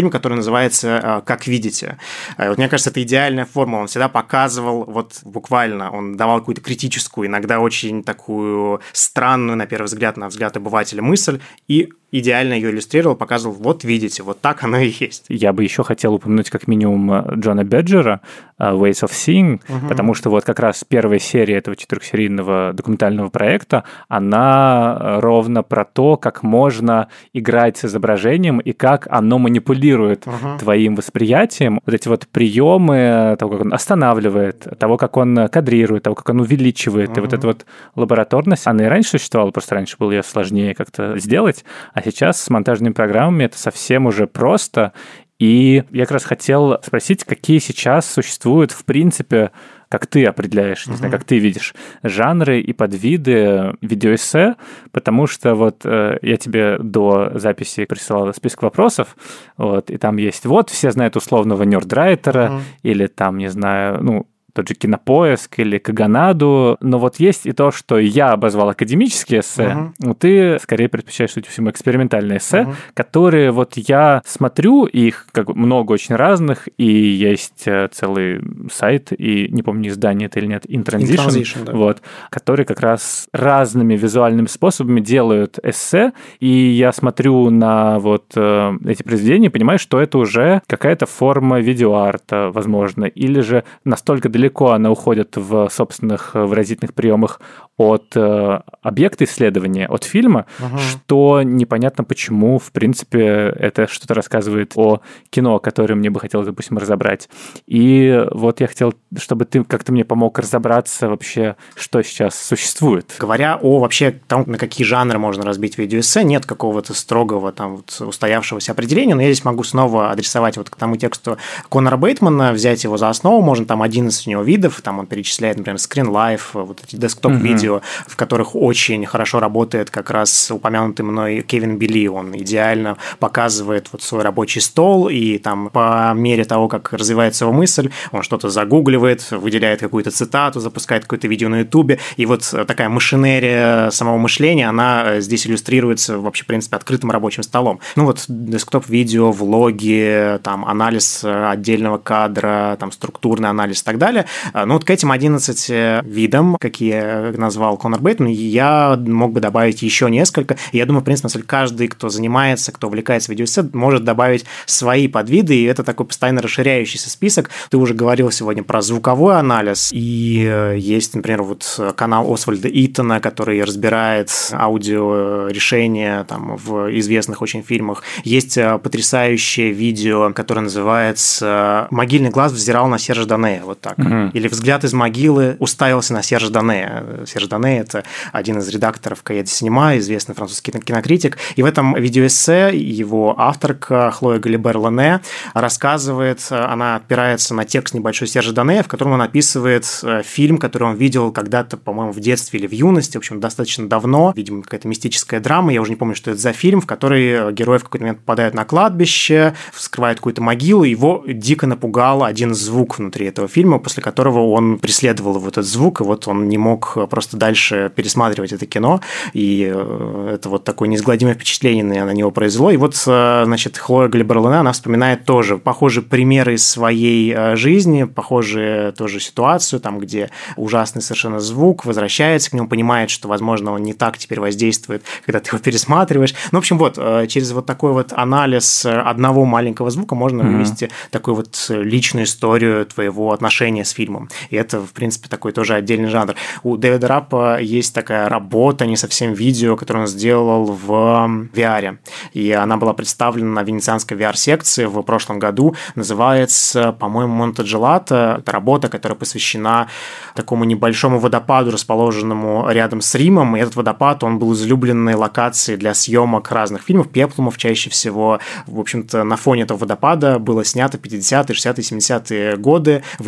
фильм, который называется «Как видите». Вот мне кажется, это идеальная формула. Он всегда показывал, вот буквально, он давал какую-то критическую, иногда очень такую странную, на первый взгляд, на взгляд обывателя мысль, и идеально ее иллюстрировал, показывал, вот видите, вот так оно и есть. Я бы еще хотел упомянуть как минимум Джона Беджера, Ways of Seeing, угу. потому что вот как раз первая серия этого четырехсерийного документального проекта, она ровно про то, как можно играть с изображением и как оно манипулирует угу. твоим восприятием. Вот эти вот приемы, того, как он останавливает, того, как он кадрирует, того, как он увеличивает. Угу. И вот эта вот лабораторность, она и раньше существовала, просто раньше было ее сложнее как-то сделать, а сейчас с монтажными программами это совсем уже просто. И я как раз хотел спросить, какие сейчас существуют, в принципе, как ты определяешь, не uh-huh. знаю, как ты видишь, жанры и подвиды видеоэссе, потому что вот э, я тебе до записи присылал список вопросов, вот, и там есть, вот, все знают условного нердрайтера, uh-huh. или там, не знаю, ну, тот же Кинопоиск или Каганаду, но вот есть и то, что я обозвал академические эссе, uh-huh. но ты скорее предпочитаешь, судя по всему, экспериментальные эссе, uh-huh. которые вот я смотрю, их как бы много очень разных, и есть целый сайт, и не помню, издание это или нет, InTransition, InTransition да. вот, которые как раз разными визуальными способами делают эссе, и я смотрю на вот э, эти произведения и понимаю, что это уже какая-то форма видеоарта, возможно, или же настолько далеко Далеко она уходит в собственных выразительных приемах от э, объекта исследования, от фильма, uh-huh. что непонятно почему, в принципе, это что-то рассказывает о кино, которое мне бы хотелось, допустим, разобрать. И вот я хотел, чтобы ты как-то мне помог разобраться вообще, что сейчас существует. Говоря о вообще том, на какие жанры можно разбить видеоэссе, нет какого-то строгого там вот устоявшегося определения, но я здесь могу снова адресовать вот к тому тексту Конора Бейтмана, взять его за основу, можно там одиннадцать у него видов, там он перечисляет, например, Screen Life, вот эти десктоп-видео, uh-huh. в которых очень хорошо работает как раз упомянутый мной Кевин Билли, он идеально показывает вот свой рабочий стол, и там по мере того, как развивается его мысль, он что-то загугливает, выделяет какую-то цитату, запускает какое-то видео на Ютубе, и вот такая машинерия самого мышления, она здесь иллюстрируется вообще, в принципе, открытым рабочим столом. Ну вот десктоп-видео, влоги, там анализ отдельного кадра, там структурный анализ и так далее. Ну вот к этим одиннадцати видам, какие назвал Конор Бейтман, я мог бы добавить еще несколько. И я думаю, в принципе, каждый, кто занимается, кто увлекается видеоэссе, может добавить свои подвиды, и это такой постоянно расширяющийся список. Ты уже говорил сегодня про звуковой анализ, и есть, например, вот канал Освальда Итона, который разбирает аудиорешения там, в известных очень фильмах. Есть потрясающее видео, которое называется «Могильный глаз взирал на Сержа Донея», вот так. Mm-hmm. Или «Взгляд из могилы уставился на Сержа Донея». Серж Доней – это один из редакторов «Каhiers du Cinéma», известный французский кинокритик. И в этом видеоэссе его авторка Хлоя Галибер-Лене рассказывает, она опирается на текст небольшой Сержа Донея, в котором он описывает фильм, который он видел когда-то, по-моему, в детстве или в юности, в общем, достаточно давно. Видимо, какая-то мистическая драма, я уже не помню, что это за фильм, в который герои в какой-то момент попадают на кладбище, вскрывают какую-то могилу, его дико напугал один звук внутри этого фильма, после которого он преследовал его этот звук, и вот он не мог просто дальше пересматривать это кино, и это вот такое неизгладимое впечатление на него произвело. И вот, значит, Хлоя Галибер-Лене, она вспоминает тоже похожие примеры из своей жизни, похожие тоже ситуацию, там, где ужасный совершенно звук, возвращается к нему, понимает, что, возможно, он не так теперь воздействует, когда ты его пересматриваешь. Ну, в общем, вот, через вот такой вот анализ одного маленького звука можно mm-hmm. вывести такую вот личную историю твоего отношения с фильмом. И это, в принципе, такой тоже отдельный жанр. У Дэвида Раппа есть такая работа, не совсем видео, которую он сделал в ви ар. И она была представлена на венецианской ви ар-секции в прошлом году. Называется, по-моему, «Монтаджелато». Это работа, которая посвящена такому небольшому водопаду, расположенному рядом с Римом. И этот водопад, он был излюбленной локацией для съемок разных фильмов, пеплумов чаще всего. В общем-то, на фоне этого водопада было снято пятидесятые, шестидесятые, семидесятые годы в Италии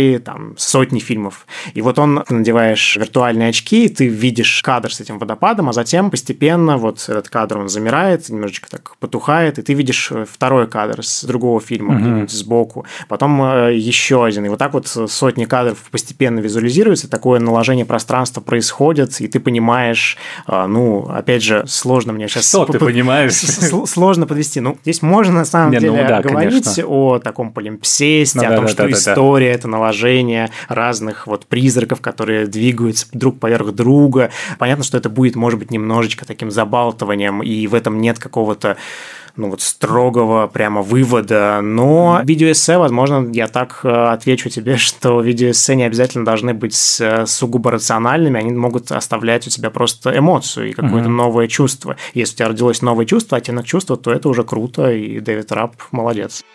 истории там сотни фильмов. И вот он, ты надеваешь виртуальные очки, ты видишь кадр с этим водопадом, а затем постепенно вот этот кадр, он замирает, немножечко так потухает, и ты видишь второй кадр с другого фильма, mm-hmm. сбоку, потом еще один. И вот так вот сотни кадров постепенно визуализируются, такое наложение пространства происходит, и ты понимаешь, ну, опять же, сложно мне сейчас... Что ты понимаешь? Сложно подвести. Ну, здесь можно, на самом деле, ну, да, говорить конечно. о таком полимпсесте, ну, о да, том, да, что да, история да. – это наложение разных вот призраков, которые двигаются друг поверх друга. Понятно, что это будет, может быть, немножечко таким забалтыванием, и в этом нет какого-то ну вот строгого прямо вывода, но видеоэссе, возможно, я так отвечу тебе, что видеоэссе не обязательно должны быть сугубо рациональными, они могут оставлять у тебя просто эмоцию и какое-то mm-hmm. новое чувство. Если у тебя родилось новое чувство, оттенок чувства, то это уже круто, и Дэвид Раб молодец.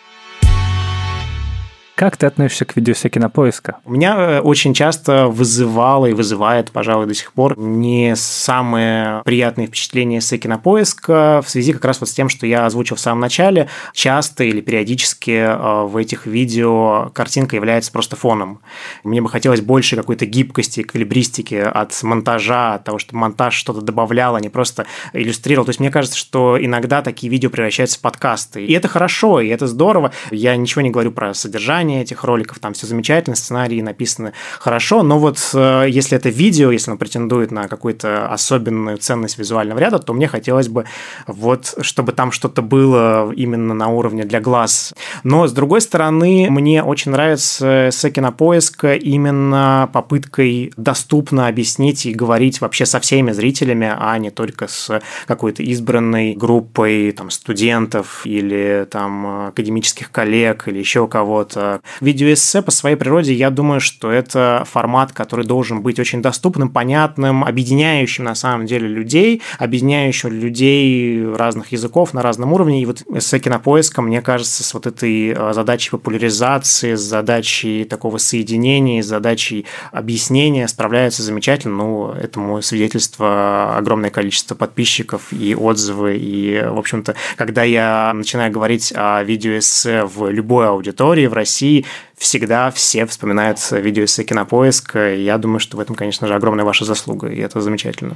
Как ты относишься к видеоэссе Кинопоиска? У меня очень часто вызывало и вызывает, пожалуй, до сих пор не самые приятные впечатления эссе Кинопоиска в связи как раз вот с тем, что я озвучил в самом начале. Часто или периодически в этих видео картинка является просто фоном. Мне бы хотелось больше какой-то гибкости, эквилибристики от монтажа, от того, чтобы монтаж что-то добавлял, а не просто иллюстрировал. То есть мне кажется, что иногда такие видео превращаются в подкасты. И это хорошо, и это здорово. Я ничего не говорю про содержание этих роликов, там все замечательно, сценарии написаны хорошо, но вот э, если это видео, если оно претендует на какую-то особенную ценность визуального ряда, то мне хотелось бы вот, чтобы там что-то было именно на уровне для глаз. Но, с другой стороны, мне очень нравится эссе Кинопоиска именно попыткой доступно объяснить и говорить вообще со всеми зрителями, а не только с какой-то избранной группой там, студентов или там, академических коллег или еще кого-то. Видеоэссе по своей природе, я думаю, что это формат, который должен быть очень доступным, понятным, объединяющим на самом деле людей, объединяющим людей разных языков на разном уровне. И вот эссе Кинопоиска, мне кажется, с вот этой задачей популяризации, с задачей такого соединения, с задачей объяснения справляется замечательно. Ну, этому свидетельство огромное количество подписчиков и отзывы. И, в общем-то, когда я начинаю говорить о видеоэссе в любой аудитории в России, всегда все вспоминают видеоэссе Кинопоиска. Я думаю, что в этом, конечно же, огромная ваша заслуга, и это замечательно.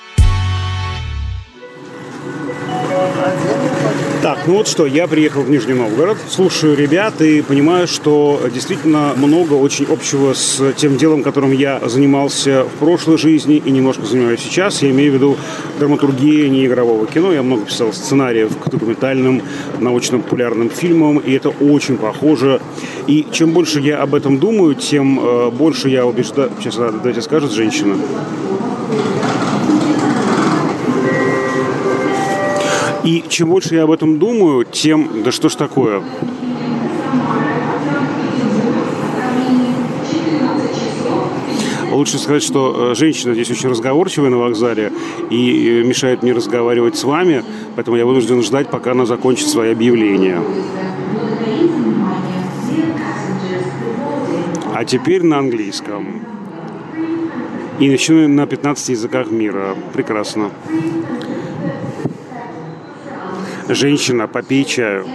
Так, ну вот что, я приехал в Нижний Новгород, слушаю ребят и понимаю, что действительно много очень общего с тем делом, которым я занимался в прошлой жизни и немножко занимаюсь сейчас. Я имею в виду драматургию неигрового кино. Я много писал сценариев к документальным, научно-популярным фильмам, и это очень похоже. И чем больше я об этом думаю, тем э, больше я убеждаю... Сейчас, давайте скажет женщина. И чем больше я об этом думаю, тем... Да что ж такое? Лучше сказать, что женщина здесь очень разговорчивая на вокзале и мешает мне разговаривать с вами, поэтому я вынужден ждать, пока она закончит свои объявления. А теперь на английском. И еще на пятнадцати языках мира. Прекрасно. Женщина, попей чаю.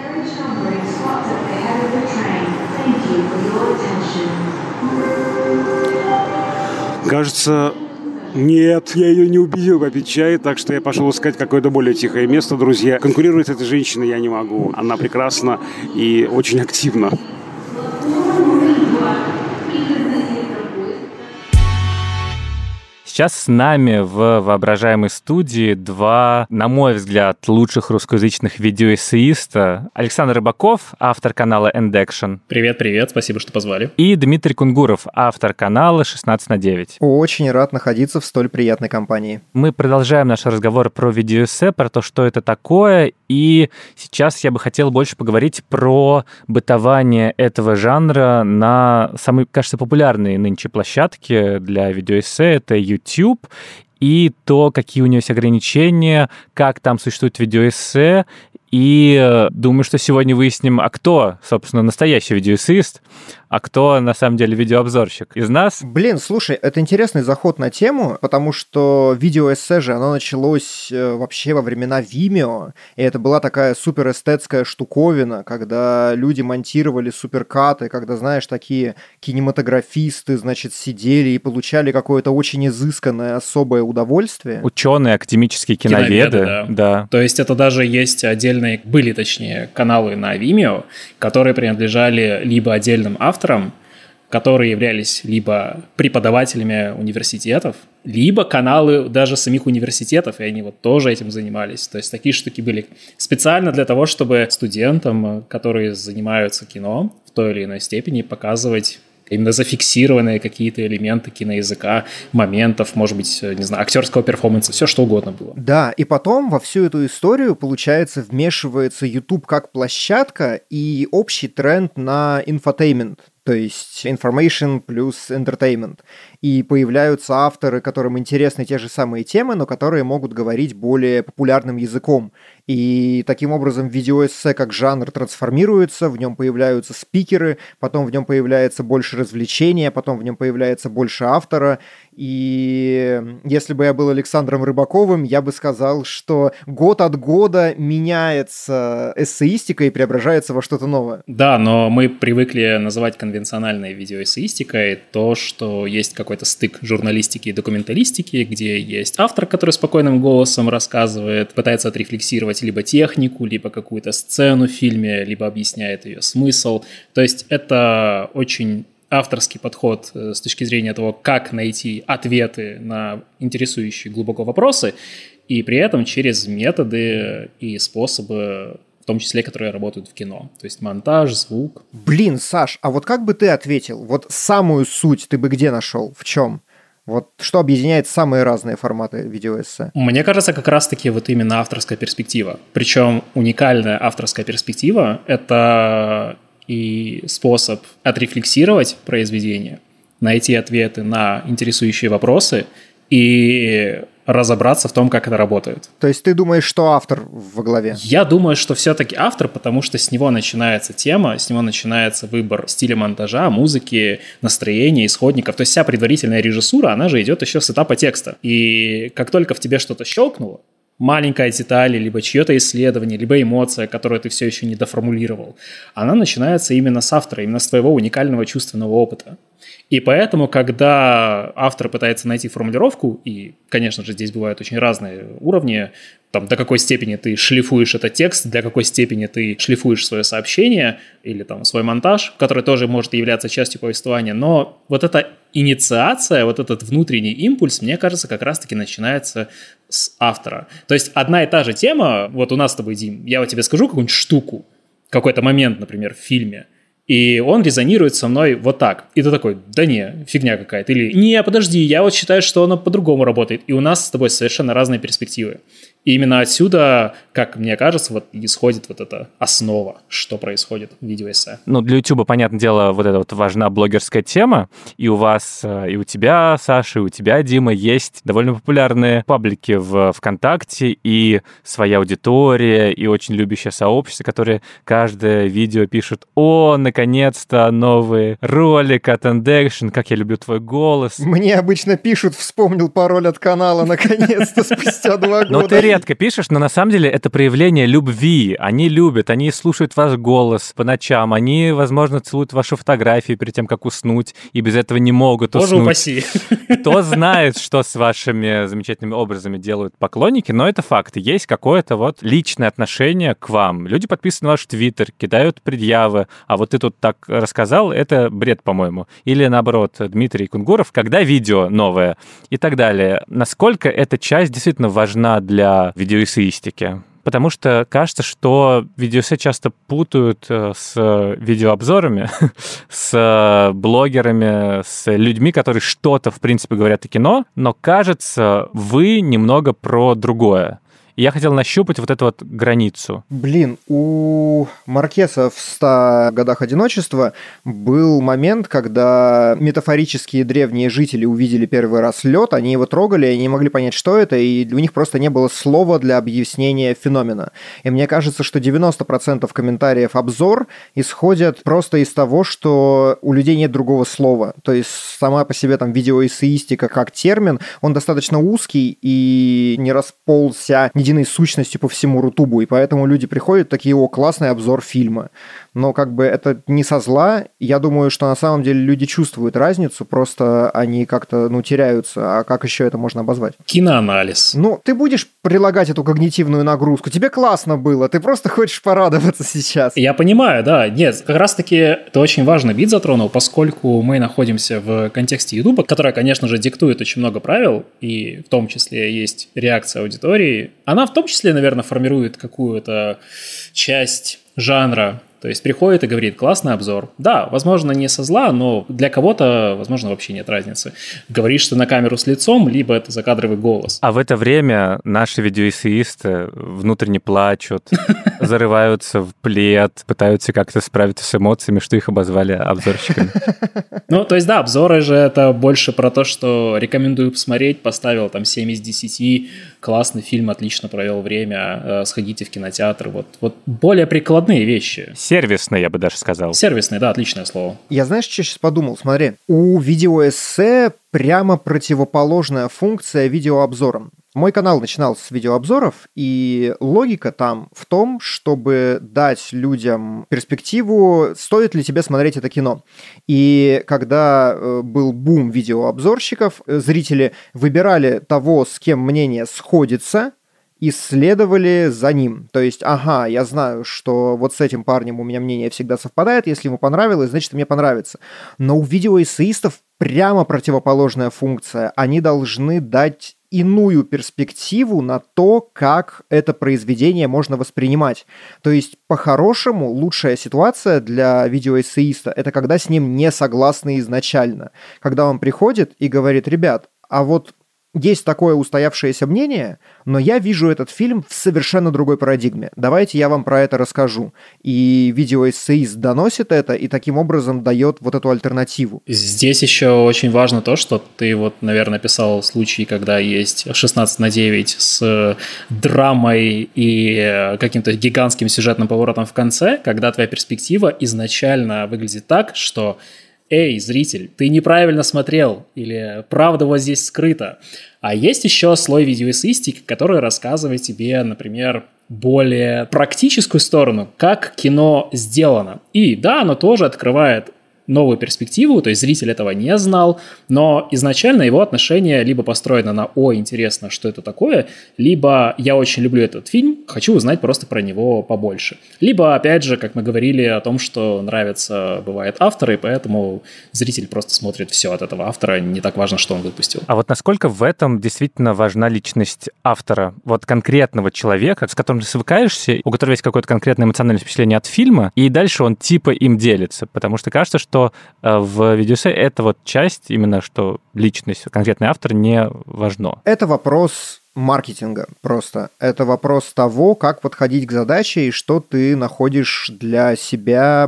Кажется, нет, я ее не убедил попить чай, так что я пошел искать какое-то более тихое место, друзья. Конкурировать с этой женщиной я не могу. Она прекрасна и очень активна. Сейчас с нами в воображаемой студии два, на мой взгляд, лучших русскоязычных видеоэссеиста. Александр Рыбаков, автор канала End Action. Привет-привет, спасибо, что позвали. И Дмитрий Кунгуров, автор канала шестнадцать на девять. Очень рад находиться в столь приятной компании. Мы продолжаем наш разговор про видеоэссе, про то, что это такое, и сейчас я бы хотел больше поговорить про бытование этого жанра на самой, кажется, популярной нынче площадке для видеоэссе. Это YouTube. YouTube, и то, какие у него есть ограничения, как там существует видеоэссе. И думаю, что сегодня выясним, а кто, собственно, настоящий видеоэссеист. а кто на самом деле видеообзорщик из нас. Блин, слушай, это интересный заход на тему, потому что видеоэссе же, оно началось вообще во времена Vimeo, и это была такая суперэстетская штуковина, когда люди монтировали суперкаты, когда, знаешь, такие кинематографисты, значит, сидели и получали какое-то очень изысканное особое удовольствие. Ученые, академические киноведы. киноведы да. да. То есть это даже есть отдельные, были точнее, каналы на Vimeo, которые принадлежали либо отдельным авторам, которые являлись либо преподавателями университетов, либо каналы даже самих университетов, и они вот тоже этим занимались. То есть такие штуки были специально для того, чтобы студентам, которые занимаются кино, в той или иной степени показывать именно зафиксированные какие-то элементы киноязыка, моментов, может быть, не знаю, актерского перформанса, все что угодно было. Да, и потом во всю эту историю, получается, вмешивается YouTube как площадка и общий тренд на инфотеймент. То есть information плюс entertainment. И появляются авторы, которым интересны те же самые темы, но которые могут говорить более популярным языком. И таким образом видеоэссе как жанр трансформируется, в нем появляются спикеры, потом в нем появляется больше развлечения, потом в нем появляется больше автора. И если бы я был Александром Рыбаковым, я бы сказал, что год от года меняется эссеистика и преображается во что-то новое. Да, но мы привыкли называть конвенциональной видеоэссеистикой то, что есть какой-то стык журналистики и документалистики, где есть автор, который спокойным голосом рассказывает, пытается отрефлексировать либо технику, либо какую-то сцену в фильме, либо объясняет ее смысл. То есть это очень авторский подход с точки зрения того, как найти ответы на интересующие глубоко вопросы, и при этом через методы и способы, в том числе, которые работают в кино. То есть монтаж, звук. Блин, Саш, а вот как бы ты ответил? Вот самую суть ты бы где нашел? В чем? Вот что объединяет самые разные форматы видеоэссе? Мне кажется, как раз-таки вот именно авторская перспектива. Причем уникальная авторская перспектива — это и способ отрефлексировать произведение, найти ответы на интересующие вопросы и разобраться в том, как это работает. То есть ты думаешь, что автор во главе? Я думаю, что все-таки автор, потому что с него начинается тема, с него начинается выбор стиля монтажа, музыки, настроения, исходников. То есть вся предварительная режиссура, она же идет еще с этапа текста. И как только в тебе что-то щелкнуло, маленькая деталь, либо чье-то исследование, либо эмоция, которую ты все еще не доформулировал, она начинается именно с автора, именно с твоего уникального чувственного опыта. И поэтому, когда автор пытается найти формулировку, и, конечно же, здесь бывают очень разные уровни, там, до какой степени ты шлифуешь этот текст, до какой степени ты шлифуешь свое сообщение или там свой монтаж, который тоже может являться частью повествования, но вот эта инициация, вот этот внутренний импульс, мне кажется, как раз-таки начинается с автора. То есть одна и та же тема, вот у нас с тобой, Дим, я вот тебе скажу какую-нибудь штуку, какой-то момент, например, в фильме, и он резонирует со мной вот так. И ты такой, да не, фигня какая-то. Или, не, подожди, я вот считаю, что оно по-другому работает. И у нас с тобой совершенно разные перспективы. И именно отсюда, как мне кажется, вот исходит вот эта основа, что происходит в видеоэссе. Ну, для YouTube, понятное дело, вот эта вот важна блогерская тема. И у вас, и у тебя, Саша, и у тебя, Дима, есть довольно популярные паблики в ВКонтакте, и своя аудитория, и очень любящее сообщество, которые каждое видео пишут: «О, наконец-то новый ролик от Endaction, как я люблю твой голос». Мне обычно пишут: «Вспомнил пароль от канала, наконец-то, спустя два года». Но ты редко пишешь, но на самом деле это проявление любви. Они любят, они слушают ваш голос по ночам, они, возможно, целуют ваши фотографии перед тем, как уснуть, и без этого не могут уснуть. Боже упаси. Кто знает, что с вашими замечательными образами делают поклонники, но это факт. Есть какое-то вот личное отношение к вам. Люди подписаны на ваш твиттер, кидают предъявы, а вот ты тут так рассказал, это бред, по-моему. Или наоборот, Дмитрий Кунгуров, когда видео новое и так далее. Насколько эта часть действительно важна для видеоэссеистики? Потому что кажется, что видеоэссе часто путают с видеообзорами, с блогерами, с людьми, которые что-то, в принципе, говорят о кино, но, кажется, вы немного про другое. И я хотел нащупать вот эту вот границу. Блин, у Маркеса в ста годах одиночества был момент, когда метафорические древние жители увидели первый раз лед, они его трогали, они не могли понять, что это, и у них просто не было слова для объяснения феномена. И мне кажется, что девяносто процентов комментариев обзор исходят просто из того, что у людей нет другого слова. То есть сама по себе там видеоэссеистика как термин, он достаточно узкий и не расползся единой сущностью по всему Рутубу, и поэтому люди приходят такие: о, классный обзор фильма. Но как бы это не со зла. Я думаю, что на самом деле люди чувствуют разницу, просто они как-то, ну, теряются. А как еще это можно обозвать? Киноанализ. Ну, ты будешь прилагать эту когнитивную нагрузку. Тебе классно было, ты просто хочешь порадоваться сейчас. Я понимаю, да. Нет, как раз-таки это очень важный бит затронул, поскольку мы находимся в контексте Ютуба, которая, конечно же, диктует очень много правил, и в том числе есть реакция аудитории. Она в том числе, наверное, формирует какую-то часть жанра. То есть приходит и говорит: классный обзор. Да, возможно, не со зла, но для кого-то, возможно, вообще нет разницы. Говоришь ты на камеру с лицом, либо это закадровый голос. А в это время наши видеоэссеисты внутренне плачут, зарываются в плед, пытаются как-то справиться с эмоциями, что их обозвали обзорщиками. Ну, то есть, да, обзоры же это больше про то, что рекомендую посмотреть, поставил там семь из десяти, классный фильм, отлично провел время, сходите в кинотеатр. Вот, вот более прикладные вещи. Сервисный, я бы даже сказал. Сервисный, да, отличное слово. Я, знаешь, что сейчас подумал? Смотри, у видеоэссе прямо противоположная функция видеообзорам. Мой канал начинался с видеообзоров, и логика там в том, чтобы дать людям перспективу, стоит ли тебе смотреть это кино. И когда э, был бум видеообзорщиков, э, зрители выбирали того, с кем мнение сходится, и следовали за ним. То есть, ага, я знаю, что вот с этим парнем у меня мнение всегда совпадает, если ему понравилось, значит, мне понравится. Но у видеоэссеистов прямо противоположная функция. Они должны дать иную перспективу на то, как это произведение можно воспринимать. То есть, по-хорошему, лучшая ситуация для видеоэссеиста — это когда с ним не согласны изначально. Когда он приходит и говорит: ребят, а вот есть такое устоявшееся мнение, но я вижу этот фильм в совершенно другой парадигме. Давайте я вам про это расскажу. И видеоэссеист доносит это и таким образом дает вот эту альтернативу. Здесь еще очень важно то, что ты вот, наверное, писал случаи, когда есть шестнадцать на девять с драмой и каким-то гигантским сюжетным поворотом в конце, когда твоя перспектива изначально выглядит так, что: эй, зритель, ты неправильно смотрел, или правда вот здесь скрыта. А есть еще слой видеоэссеистики, который рассказывает тебе, например, более практическую сторону, как кино сделано. И да, оно тоже открывает новую перспективу, то есть зритель этого не знал, но изначально его отношение либо построено на «О, интересно, что это такое», либо «Я очень люблю этот фильм, хочу узнать просто про него побольше». Либо, опять же, как мы говорили о том, что нравятся, бывает, авторы, поэтому зритель просто смотрит все от этого автора, не так важно, что он выпустил. А вот насколько в этом действительно важна личность автора, вот конкретного человека, с которым ты свыкаешься, у которого есть какое-то конкретное эмоциональное впечатление от фильма, и дальше он типа им делится, потому что кажется, что в видеоэссе эта вот часть, именно что личность, конкретный автор, не важно. Это вопрос маркетинга просто. Это вопрос того, как подходить к задаче и что ты находишь для себя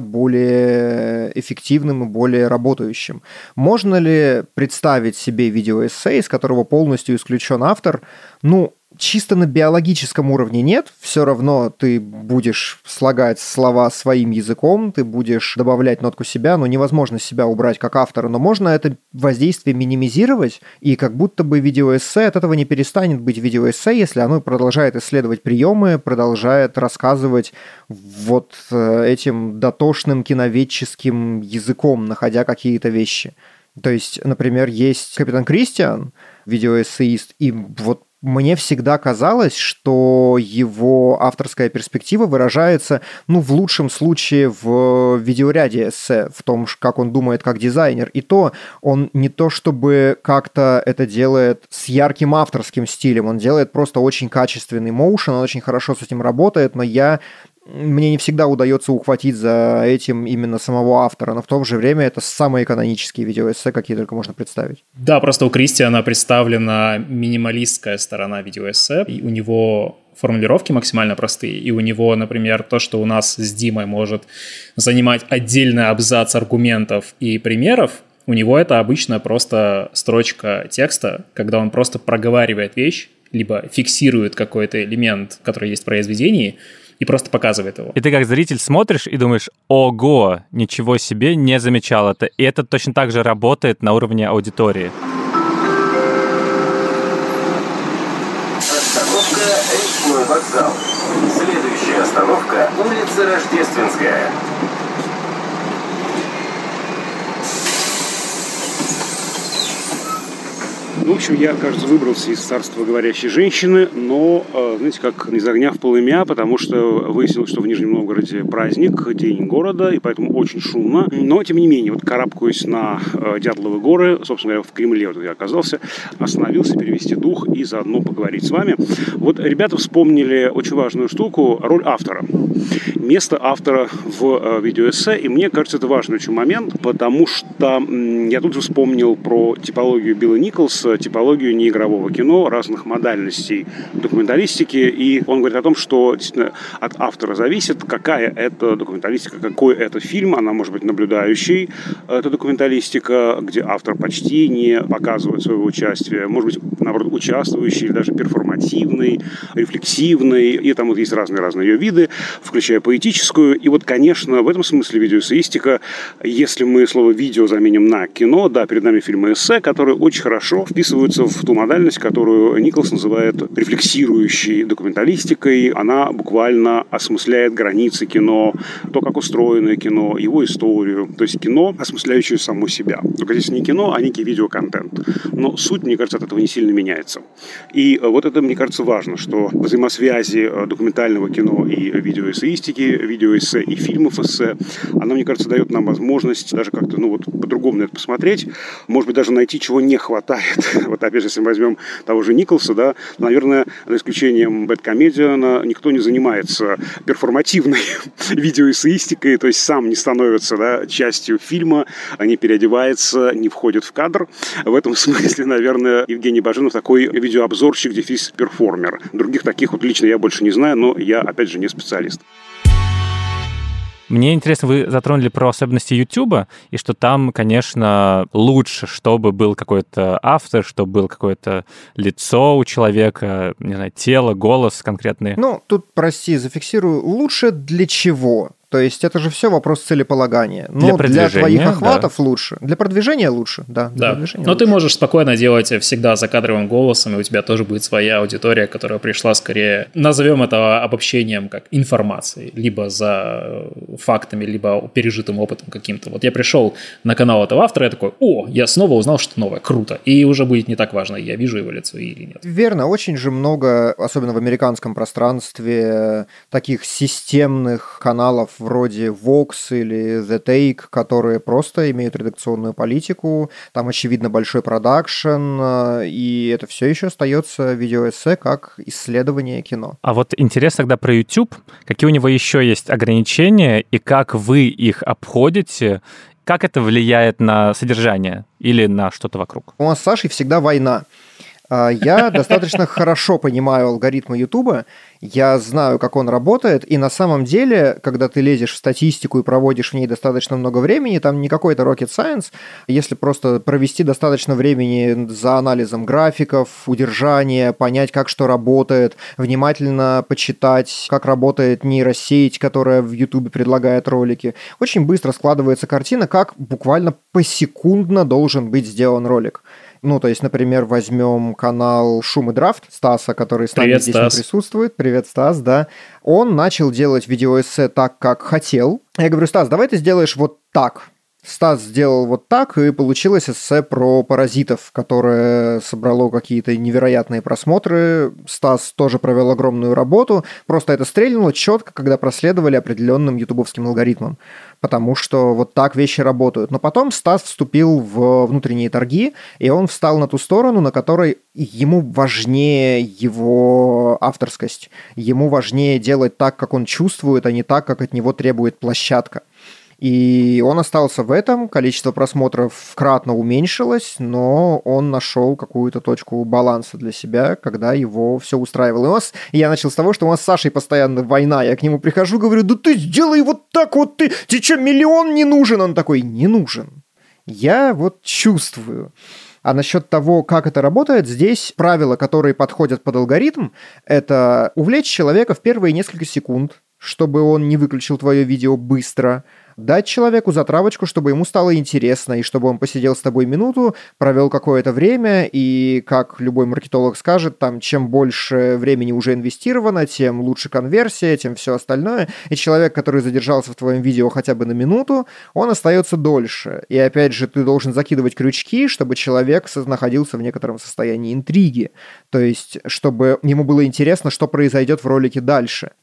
более эффективным и более работающим. Можно ли представить себе видеоэссе, из которого полностью исключен автор? Ну, чисто на биологическом уровне нет, все равно ты будешь слагать слова своим языком, ты будешь добавлять нотку себя, но невозможно себя убрать как автора, но можно это воздействие минимизировать, и как будто бы видеоэссе от этого не перестанет быть видеоэссе, если оно продолжает исследовать приемы, продолжает рассказывать вот этим дотошным киноведческим языком, находя какие-то вещи. То есть, например, есть Капитан Кристиан, видеоэссеист, и вот мне всегда казалось, что его авторская перспектива выражается, ну, в лучшем случае, в видеоряде эссе, в том, как он думает как дизайнер. И то он не то чтобы как-то это делает с ярким авторским стилем, он делает просто очень качественный моушен, он очень хорошо с этим работает, но я... Мне не всегда удается ухватить за этим именно самого автора, но в то же время это самые канонические видеоэссе, какие только можно представить. Да, просто у Кристиана представлена минималистская сторона видеоэссе, и у него формулировки максимально простые, и у него, например, то, что у нас с Димой может занимать отдельный абзац аргументов и примеров, у него это обычно просто строчка текста, когда он просто проговаривает вещь, либо фиксирует какой-то элемент, который есть в произведении, и просто показывает его. И ты как зритель смотришь и думаешь, ого, ничего себе, не замечал это. И это точно так же работает на уровне аудитории. Остановка Речной вокзал. Следующая остановка улица Рождественская. Ну, в общем, я, кажется, выбрался из царства говорящей женщины, но, знаете, как из огня в полымя, потому что выяснилось, что в Нижнем Новгороде праздник, день города, и поэтому очень шумно. Но, тем не менее, вот карабкаюсь на Дятловы горы, собственно говоря, в Кремле вот я оказался, остановился перевести дух и заодно поговорить с вами. Вот ребята вспомнили очень важную штуку, роль автора. Место автора в видеоэссе, и мне кажется, это важный очень момент, потому что я тут же вспомнил про типологию Билла Николса, типологию неигрового кино, разных модальностей документалистики, и он говорит о том, что действительно от автора зависит, какая это документалистика, какой это фильм, она может быть наблюдающей, это документалистика, где автор почти не показывает своего участия, может быть, наоборот, участвующий, или даже перформативный, рефлексивный, и там вот есть разные-разные ее виды, включая поэтическую, и вот, конечно, в этом смысле видеоэссеистика, если мы слово «видео» заменим на «кино», да, перед нами фильмы-эссе, которые очень хорошо вписываются в ту модальность, которую Николс называет рефлексирующей документалистикой. Она буквально осмысляет границы кино, то, как устроено кино, его историю. То есть кино, осмысляющее само себя. Только здесь не кино, а некий видеоконтент. Но суть, мне кажется, от этого не сильно меняется. И вот это, мне кажется, важно, что взаимосвязи документального кино и видеоэссеистики, видеоэссе и фильмов-эссе, она, мне кажется, дает нам возможность даже как-то, ну вот, по-другому на это посмотреть. Может быть, даже найти, чего не хватает. Вот опять же, если мы возьмем того же Николса, да, наверное, за исключением Бэдкомедиана, никто не занимается перформативной видеоэссеистикой, то есть сам не становится, да, частью фильма, не переодевается, не входит в кадр. В этом смысле, наверное, Евгений Баженов такой видеообзорщик, дефис перформер. Других таких вот лично я больше не знаю, но я, опять же, не специалист. Мне интересно, вы затронули про особенности Ютуба, и что там, конечно, лучше, чтобы был какой-то автор, чтобы было какое-то лицо у человека, не знаю, тело, голос конкретный. Ну, тут, прости, зафиксирую, лучше для чего? То есть это же все вопрос целеполагания. Но для, для твоих охватов да. лучше. Для продвижения лучше, да. Да, но ты можешь спокойно делать всегда закадровым голосом, и у тебя тоже будет своя аудитория, которая пришла скорее, назовем это обобщением как информацией, либо за фактами, либо пережитым опытом каким-то. Вот я пришел на канал этого автора, я такой, о, я снова узнал что-то новое, круто. И уже будет не так важно, я вижу его лицо или нет. Верно, очень же много, особенно в американском пространстве, таких системных каналов, вроде Vox или The Take, которые просто имеют редакционную политику, там, очевидно, большой продакшн, и это все еще остается видеоэссе как исследование кино. А вот интересно тогда про YouTube, какие у него еще есть ограничения, и как вы их обходите, как это влияет на содержание или на что-то вокруг? У нас с Сашей всегда война. Я достаточно хорошо понимаю алгоритмы Ютуба, я знаю, как он работает, и на самом деле, когда ты лезешь в статистику и проводишь в ней достаточно много времени, там не какой-то rocket science, если просто провести достаточно времени за анализом графиков, удержания, понять, как что работает, внимательно почитать, как работает нейросеть, которая в Ютубе предлагает ролики, очень быстро складывается картина, как буквально посекундно должен быть сделан ролик. Ну, то есть, например, возьмем канал «Шум и Драфт» Стаса, который с нами Привет, здесь Стас. не присутствует. Привет, Стас, да. Он начал делать видеоэссе так, как хотел. Я говорю, Стас, давай ты сделаешь вот так. Стас сделал вот так, и получилось эссе про паразитов, которое собрало какие-то невероятные просмотры. Стас тоже провел огромную работу, просто это стрельнуло четко, когда проследовали определенным ютубовским алгоритмам, потому что вот так вещи работают. Но потом Стас вступил в внутренние торги, и он встал на ту сторону, на которой ему важнее его авторскость, ему важнее делать так, как он чувствует, а не так, как от него требует площадка. И он остался в этом, количество просмотров кратно уменьшилось, но он нашел какую-то точку баланса для себя, когда его все устраивало. И, у нас, и я начал с того, что у нас с Сашей постоянно война. Я к нему прихожу, говорю, да ты сделай вот так вот, ты, тебе что, миллион не нужен? Он такой, не нужен. Я вот чувствую. А насчет того, как это работает, здесь правила, которые подходят под алгоритм, это увлечь человека в первые несколько секунд, чтобы он не выключил твое видео быстро, дать человеку затравочку, чтобы ему стало интересно, и чтобы он посидел с тобой минуту, провел какое-то время, и, как любой маркетолог скажет, там, чем больше времени уже инвестировано, тем лучше конверсия, тем все остальное, и человек, который задержался в твоем видео хотя бы на минуту, он остается дольше. И, опять же, ты должен закидывать крючки, чтобы человек находился в некотором состоянии интриги, то есть, чтобы ему было интересно, что произойдет в ролике дальше.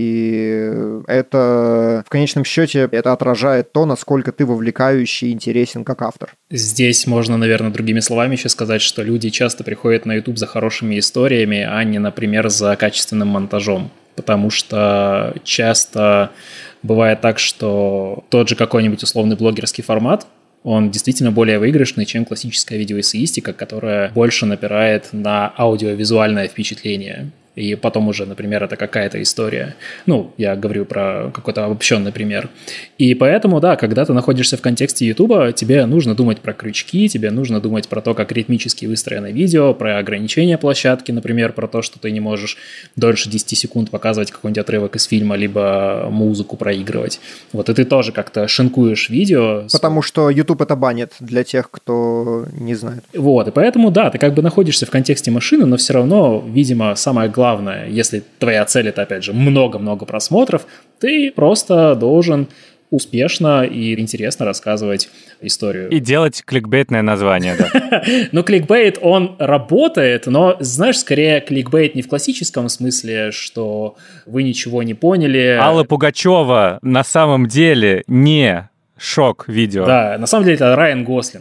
И это, в конечном счете, это отражает то, насколько ты вовлекающий и интересен как автор. Здесь можно, наверное, другими словами еще сказать, что люди часто приходят на YouTube за хорошими историями, а не, например, за качественным монтажом. Потому что часто бывает так, что тот же какой-нибудь условный блогерский формат, он действительно более выигрышный, чем классическая видеоэссеистика, которая больше напирает на аудиовизуальное впечатление. И потом уже, например, это какая-то история. Ну, я говорю про какой-то обобщенный пример. И поэтому, да, когда ты находишься в контексте Ютуба, тебе нужно думать про крючки, тебе нужно думать про то, как ритмически выстроено видео, про ограничения площадки, например, про то, что ты не можешь дольше десяти секунд показывать какой-нибудь отрывок из фильма, либо музыку проигрывать. Вот, и ты тоже как-то шинкуешь видео. Потому что YouTube это банит для тех, кто не знает. Вот, и поэтому, да, ты как бы находишься в контексте машины, но все равно, видимо, самое главное, Главное, если твоя цель это, опять же, много-много просмотров, ты просто должен успешно и интересно рассказывать историю. И делать кликбейтное название, да. Ну, кликбейт, он работает, но, знаешь, скорее кликбейт не в классическом смысле, что вы ничего не поняли. Алла Пугачева на самом деле не шок-видео. Да, на самом деле это Райан Гослинг.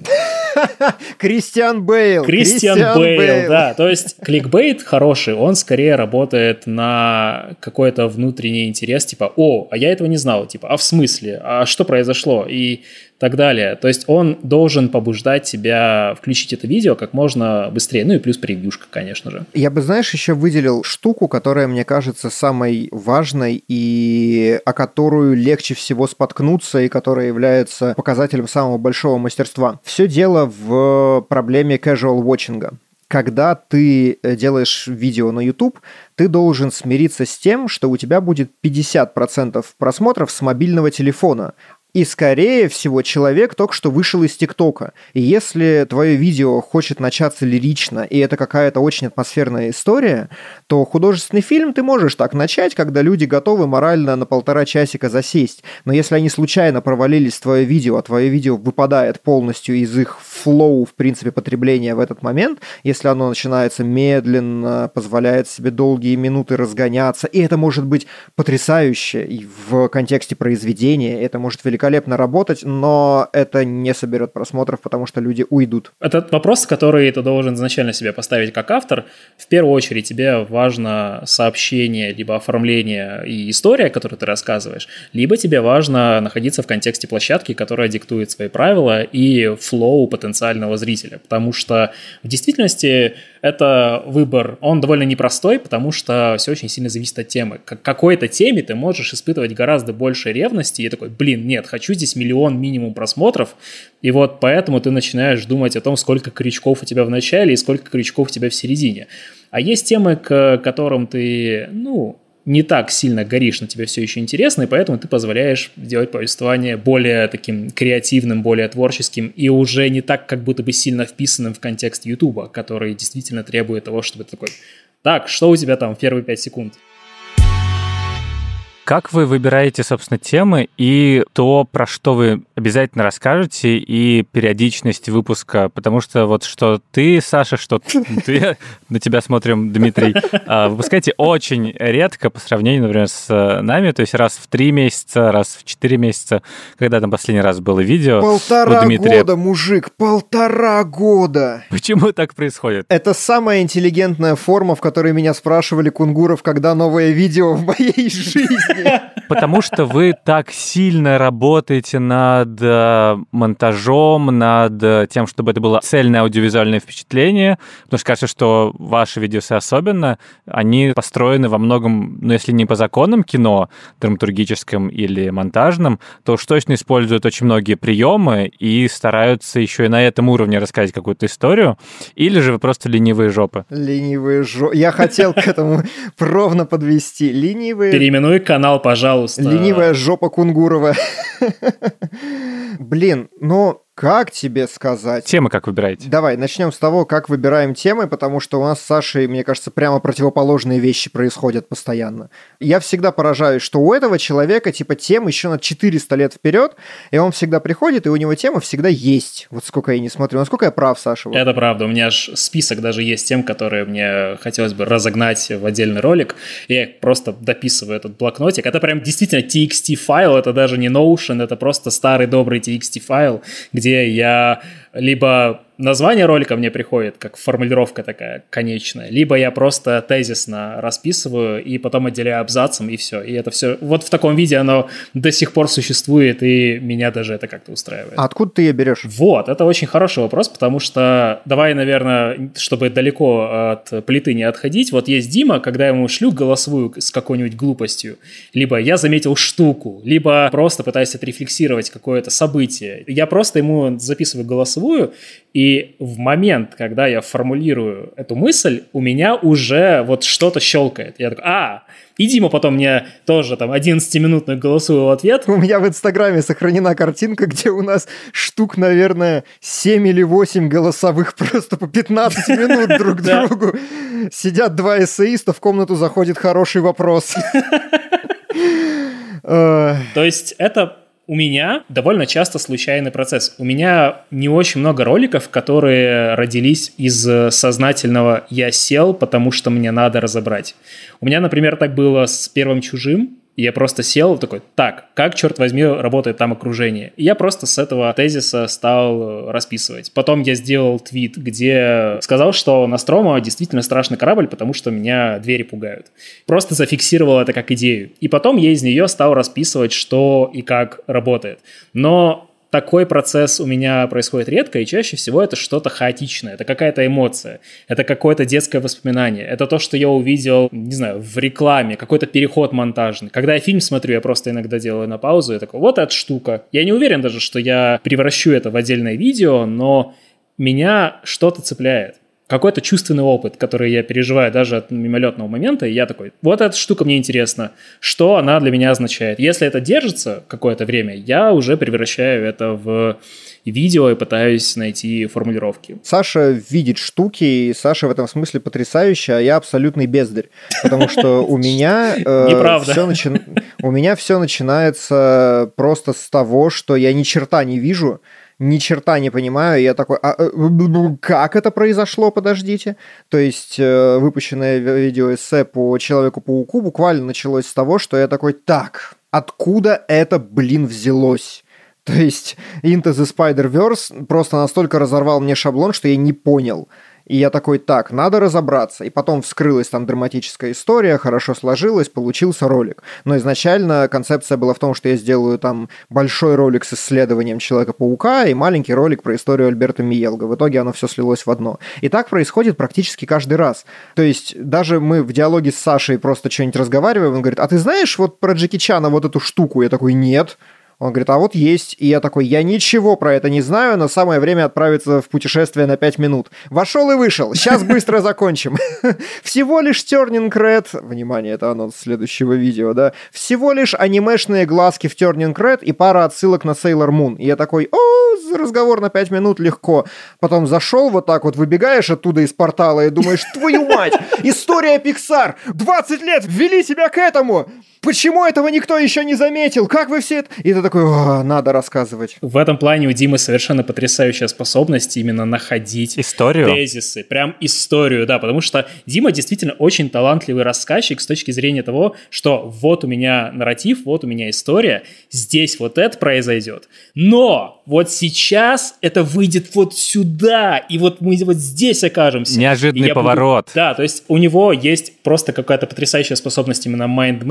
Кристиан Бейл. Кристиан Бейл, Бейл, да. То есть кликбейт хороший, он скорее работает на какой-то внутренний интерес, типа, о, а я этого не знал, типа, а в смысле, а что произошло, и так далее. То есть он должен побуждать тебя включить это видео как можно быстрее. Ну и плюс превьюшка, конечно же. Я бы, знаешь, еще выделил штуку, которая, мне кажется, самой важной и о которую легче всего споткнуться и которая является показателем самого большого мастерства. Все дело в проблеме casual watching. Когда ты делаешь видео на YouTube, ты должен смириться с тем, что у тебя будет пятьдесят процентов просмотров с мобильного телефона. И, скорее всего, человек только что вышел из ТикТока. И если твое видео хочет начаться лирично, и это какая-то очень атмосферная история, то художественный фильм ты можешь так начать, когда люди готовы морально на полтора часика засесть. Но если они случайно провалились в твое видео, а твое видео выпадает полностью из их флоу, в принципе, потребления в этот момент, если оно начинается медленно, позволяет себе долгие минуты разгоняться, и это может быть потрясающе и в контексте произведения, это может великолепно великолепно работать, но это не соберет просмотров, потому что люди уйдут. Это вопрос, который ты должен изначально себе поставить как автор. В первую очередь тебе важно сообщение, либо оформление и история, которую ты рассказываешь, либо тебе важно находиться в контексте площадки, которая диктует свои правила и флоу потенциального зрителя, потому что в действительности это выбор, он довольно непростой, потому что все очень сильно зависит от темы. К какой-то теме ты можешь испытывать гораздо больше ревности и такой, блин, нет, хочу здесь миллион минимум просмотров, и вот поэтому ты начинаешь думать о том, сколько крючков у тебя в начале и сколько крючков у тебя в середине. А есть темы, к которым ты, ну, не так сильно горишь, но тебе все еще интересно, и поэтому ты позволяешь делать повествование более таким креативным, более творческим и уже не так как будто бы сильно вписанным в контекст Ютуба, который действительно требует того, чтобы ты такой, так, что у тебя там в первые пять секунд? Как вы выбираете, собственно, темы и то, про что вы обязательно расскажете, и периодичность выпуска? Потому что вот что ты, Саша, что ты, на тебя смотрим, Дмитрий, выпускаете очень редко по сравнению, например, с нами, то есть раз в три месяца, раз в четыре месяца, когда там последний раз было видео. Полтора года, мужик, полтора года. Почему так происходит? Это самая интеллигентная форма, в которой меня спрашивали кунгуров, когда новое видео в моей жизни. стадии. Потому что вы так сильно работаете над э, монтажом, над э, тем, чтобы это было цельное аудиовизуальное впечатление. Потому что кажется, что ваши видеосы особенно, они построены во многом, ну, если не по законам кино, драматургическим или монтажным, то уж точно используют очень многие приемы и стараются еще и на этом уровне рассказать какую-то историю. Или же вы просто ленивые жопы? Ленивые жопы. Я хотел к этому ровно подвести. Ленивые... Переименуй канал, пожалуйста. Ленивая жопа Кунгурова. Блин, ну... Как тебе сказать? Темы как выбираете? Давай, начнем с того, как выбираем темы, потому что у нас с Сашей, мне кажется, прямо противоположные вещи происходят постоянно. Я всегда поражаюсь, что у этого человека типа тем еще на четыреста лет вперед, и он всегда приходит, и у него тема всегда есть. Вот сколько я не смотрю. Насколько я прав, Саша? Это правда. У меня аж список даже есть тем, которые мне хотелось бы разогнать в отдельный ролик. Я их просто дописываю, этот блокнотик. Это прям действительно ти экс ти-файл, это даже не Notion, это просто старый добрый ти экс ти-файл, где где я либо название ролика мне приходит, как формулировка такая конечная, либо я просто тезисно расписываю и потом отделяю абзацем, и все. И это все вот в таком виде оно до сих пор существует, и меня даже это как-то устраивает. А откуда ты ее берешь? Вот, это очень хороший вопрос, потому что, давай, наверное, чтобы далеко от плиты не отходить, вот есть Дима, когда я ему шлю голосовую с какой-нибудь глупостью, либо я заметил штуку, либо просто пытаюсь отрефлексировать какое-то событие. Я просто ему записываю голосовую, и в момент, когда я формулирую эту мысль, у меня уже вот что-то щелкает. Я такой, а, и Дима потом мне тоже там одиннадцатиминутную голосовую ответ. У меня в Инстаграме сохранена картинка, где у нас штук, наверное, семь или восемь голосовых просто по пятнадцать минут друг другу. Сидят два эссеиста, в комнату заходит хороший вопрос. То есть это... У меня довольно часто случайный процесс. У меня не очень много роликов, которые родились из сознательного «я сел, потому что мне надо разобрать». У меня, например, так было с «Первым чужим». Я просто сел такой, так, как, черт возьми, работает там окружение? И я просто с этого тезиса стал расписывать. Потом я сделал твит, где сказал, что Nostromo действительно страшный корабль, потому что меня двери пугают. Просто зафиксировал это как идею. И потом я из нее стал расписывать, что и как работает. Но... Такой процесс у меня происходит редко, и чаще всего это что-то хаотичное, это какая-то эмоция, это какое-то детское воспоминание, это то, что я увидел, не знаю, в рекламе, какой-то переход монтажный. Когда я фильм смотрю, я просто иногда делаю на паузу, и такой, вот эта штука. Я не уверен даже, что я превращу это в отдельное видео, но меня что-то цепляет. Какой-то чувственный опыт, который я переживаю даже от мимолетного момента, и я такой, вот эта штука мне интересна, что она для меня означает. Если это держится какое-то время, я уже превращаю это в видео и пытаюсь найти формулировки. Саша видит штуки, и Саша в этом смысле потрясающая, а я абсолютный бездарь, потому что у меня у меня все начинается просто с того, что я ни черта не вижу, ни черта не понимаю, я такой, а, как это произошло, подождите? То есть выпущенное видеоэссе по Человеку-пауку буквально началось с того, что я такой, так, откуда это, блин, взялось? То есть Into the Spider-Verse просто настолько разорвал мне шаблон, что я не понял. И я такой, так, надо разобраться. И потом вскрылась там драматическая история, хорошо сложилась, получился ролик. Но изначально концепция была в том, что я сделаю там большой ролик с исследованием Человека-паука и маленький ролик про историю Альберта Миелго. В итоге оно все слилось в одно. И так происходит практически каждый раз. То есть даже мы в диалоге с Сашей просто что-нибудь разговариваем, он говорит, а ты знаешь вот про Джеки Чана вот эту штуку? Я такой, нет. Он говорит, а вот есть. И я такой, я ничего про это не знаю, но самое время отправиться в путешествие на пять минут. Вошел и вышел. Сейчас быстро закончим. Всего лишь Turning Red. Внимание, это анонс следующего видео, да. Всего лишь анимешные глазки в Turning Red и пара отсылок на Sailor Moon. И я такой, о, разговор на пять минут легко. Потом зашел вот так вот, выбегаешь оттуда из портала и думаешь, твою мать, история Pixar. двадцать лет ввели тебя к этому. Почему этого никто еще не заметил? Как вы все это... И ты такой, о, надо рассказывать. В этом плане у Димы совершенно потрясающая способность именно находить историю, тезисы, прям историю, да, потому что Дима действительно очень талантливый рассказчик с точки зрения того, что вот у меня нарратив, вот у меня история, здесь вот это произойдет, но вот сейчас это выйдет вот сюда, и вот мы вот здесь окажемся. Неожиданный поворот. Буду... Да, то есть у него есть просто какая-то потрясающая способность именно майндмэп этот нарисовать,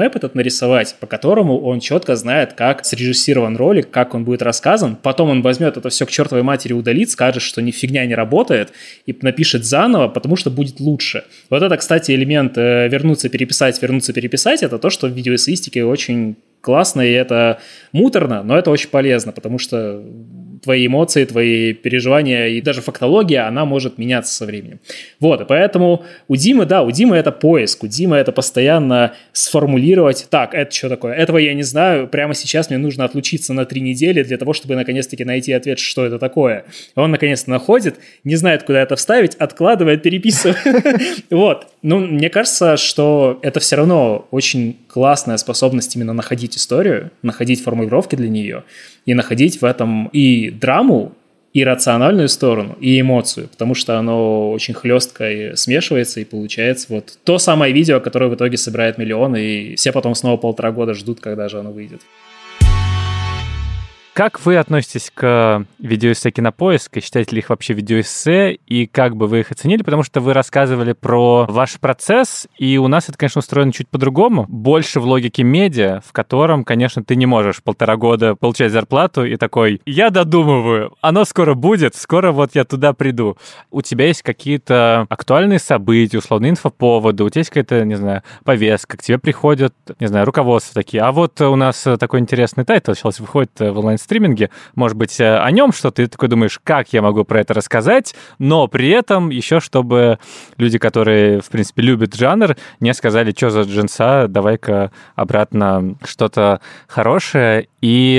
нарисовать, по которому он четко знает, как срежиссирован ролик, как он будет рассказан. Потом он возьмет это все к чертовой матери удалит, скажет, что ни фигня не работает, и напишет заново, потому что будет лучше. Вот это, кстати, элемент э, вернуться, переписать, вернуться, переписать, это то, что в видеоэссеистике очень классно, и это муторно, но это очень полезно, потому что твои эмоции, твои переживания и даже фактология, она может меняться со временем. Вот, и поэтому у Димы, да, у Димы это поиск, у Димы это постоянно сформулировать, так, это что такое, этого я не знаю, прямо сейчас мне нужно отлучиться на три недели для того, чтобы наконец-таки найти ответ, что это такое. Он наконец-то находит, не знает, куда это вставить, откладывает, переписывает. Вот, ну, мне кажется, что это все равно очень классная способность именно находить историю, находить формулировки для нее и находить в этом и драму, и рациональную сторону, и эмоцию, потому что оно очень хлестко и смешивается, и получается вот то самое видео, которое в итоге собирает миллионы, и все потом снова полтора года ждут, когда же оно выйдет. Как вы относитесь к видеоэссе «Кинопоиск», и считаете ли их вообще видеоэссе, и как бы вы их оценили? Потому что вы рассказывали про ваш процесс, и у нас это, конечно, устроено чуть по-другому. Больше в логике медиа, в котором, конечно, ты не можешь полтора года получать зарплату и такой, я додумываю, оно скоро будет, скоро вот я туда приду. У тебя есть какие-то актуальные события, условно, инфоповоды, у тебя есть какая-то, не знаю, повестка, к тебе приходят, не знаю, руководство такие, а вот у нас такой интересный тайтл сейчас выходит в онлайн стриминге, может быть, о нем что-то, и ты такой думаешь, как я могу про это рассказать, но при этом еще, чтобы люди, которые, в принципе, любят жанр, не сказали, что за джинса, давай-ка обратно что-то хорошее.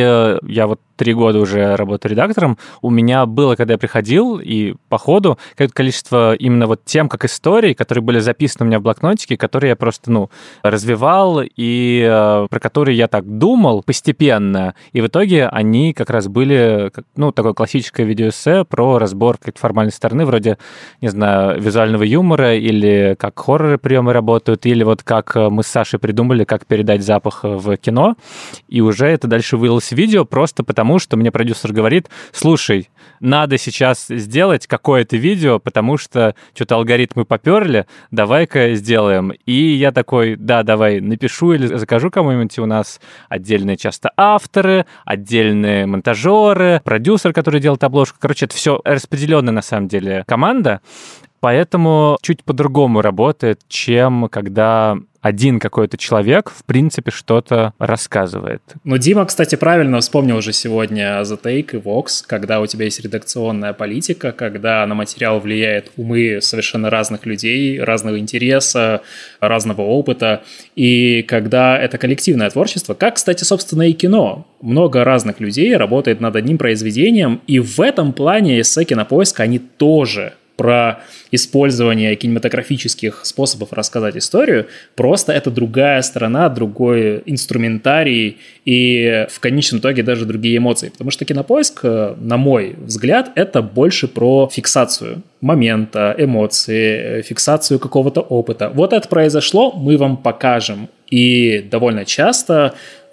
И я вот три года уже работаю редактором, у меня было, когда я приходил, и по ходу какое-то количество именно вот тем, как историй, которые были записаны у меня в блокнотике, которые я просто, ну, развивал, и э, про которые я так думал постепенно, и в итоге они как раз были, ну, такое классическое видеоэссе про разбор какой-то формальной стороны, вроде, не знаю, визуального юмора, или как хорроры приемы работают, или вот как мы с Сашей придумали, как передать запах в кино, и уже это дальше вылилось в видео, просто потому Потому что мне продюсер говорит, слушай, надо сейчас сделать какое-то видео, потому что что-то алгоритмы поперли, давай-ка сделаем. И я такой, да, давай, напишу или закажу кому-нибудь. У нас отдельные часто авторы, отдельные монтажеры, продюсер, который делает обложку. Короче, это все распределенная на самом деле команда. Поэтому чуть по-другому работает, чем когда один какой-то человек, в принципе, что-то рассказывает. Ну, Дима, кстати, правильно вспомнил уже сегодня The Take и Vox, когда у тебя есть редакционная политика, когда на материал влияет умы совершенно разных людей, разного интереса, разного опыта, и когда это коллективное творчество, как, кстати, собственно, и кино. Много разных людей работает над одним произведением, и в этом плане эссе «Кинопоиска» они тоже про использование кинематографических способов рассказать историю, просто это другая сторона, другой инструментарий и в конечном итоге даже другие эмоции. Потому что «Кинопоиск», на мой взгляд, это больше про фиксацию момента, эмоции, фиксацию какого-то опыта. Вот это произошло, мы вам покажем. И довольно часто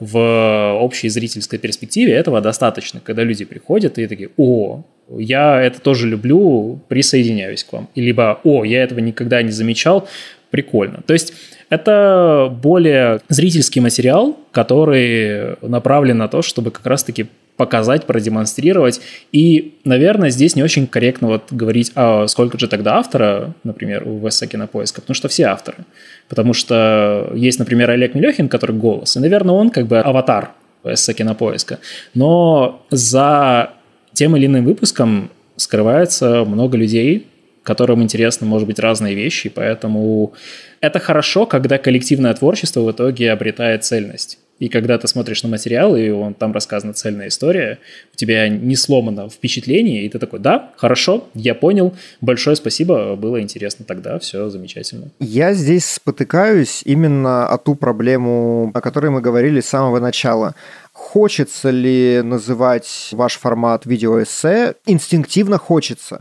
в общей зрительской перспективе этого достаточно, когда люди приходят и такие, о, я это тоже люблю, присоединяюсь к вам. И либо, о, я этого никогда не замечал, прикольно. То есть это более зрительский материал, который направлен на то, чтобы как раз-таки показать, продемонстрировать. И, наверное, здесь не очень корректно вот говорить, а сколько же тогда автора, например, у эссе «Кинопоиска», потому что все авторы. Потому что есть, например, Олег Мелехин, который голос, и, наверное, он как бы аватар эссе «Кинопоиска». Но за тем или иным выпуском скрывается много людей, которым интересны, может быть, разные вещи, поэтому это хорошо, когда коллективное творчество в итоге обретает цельность. И когда ты смотришь на материал, и он, там рассказана цельная история, у тебя не сломано впечатление, и ты такой, да, хорошо, я понял, большое спасибо, было интересно тогда, все замечательно. Я здесь спотыкаюсь именно о ту проблему, о которой мы говорили с самого начала. Хочется ли называть ваш формат видеоэссе? Инстинктивно хочется.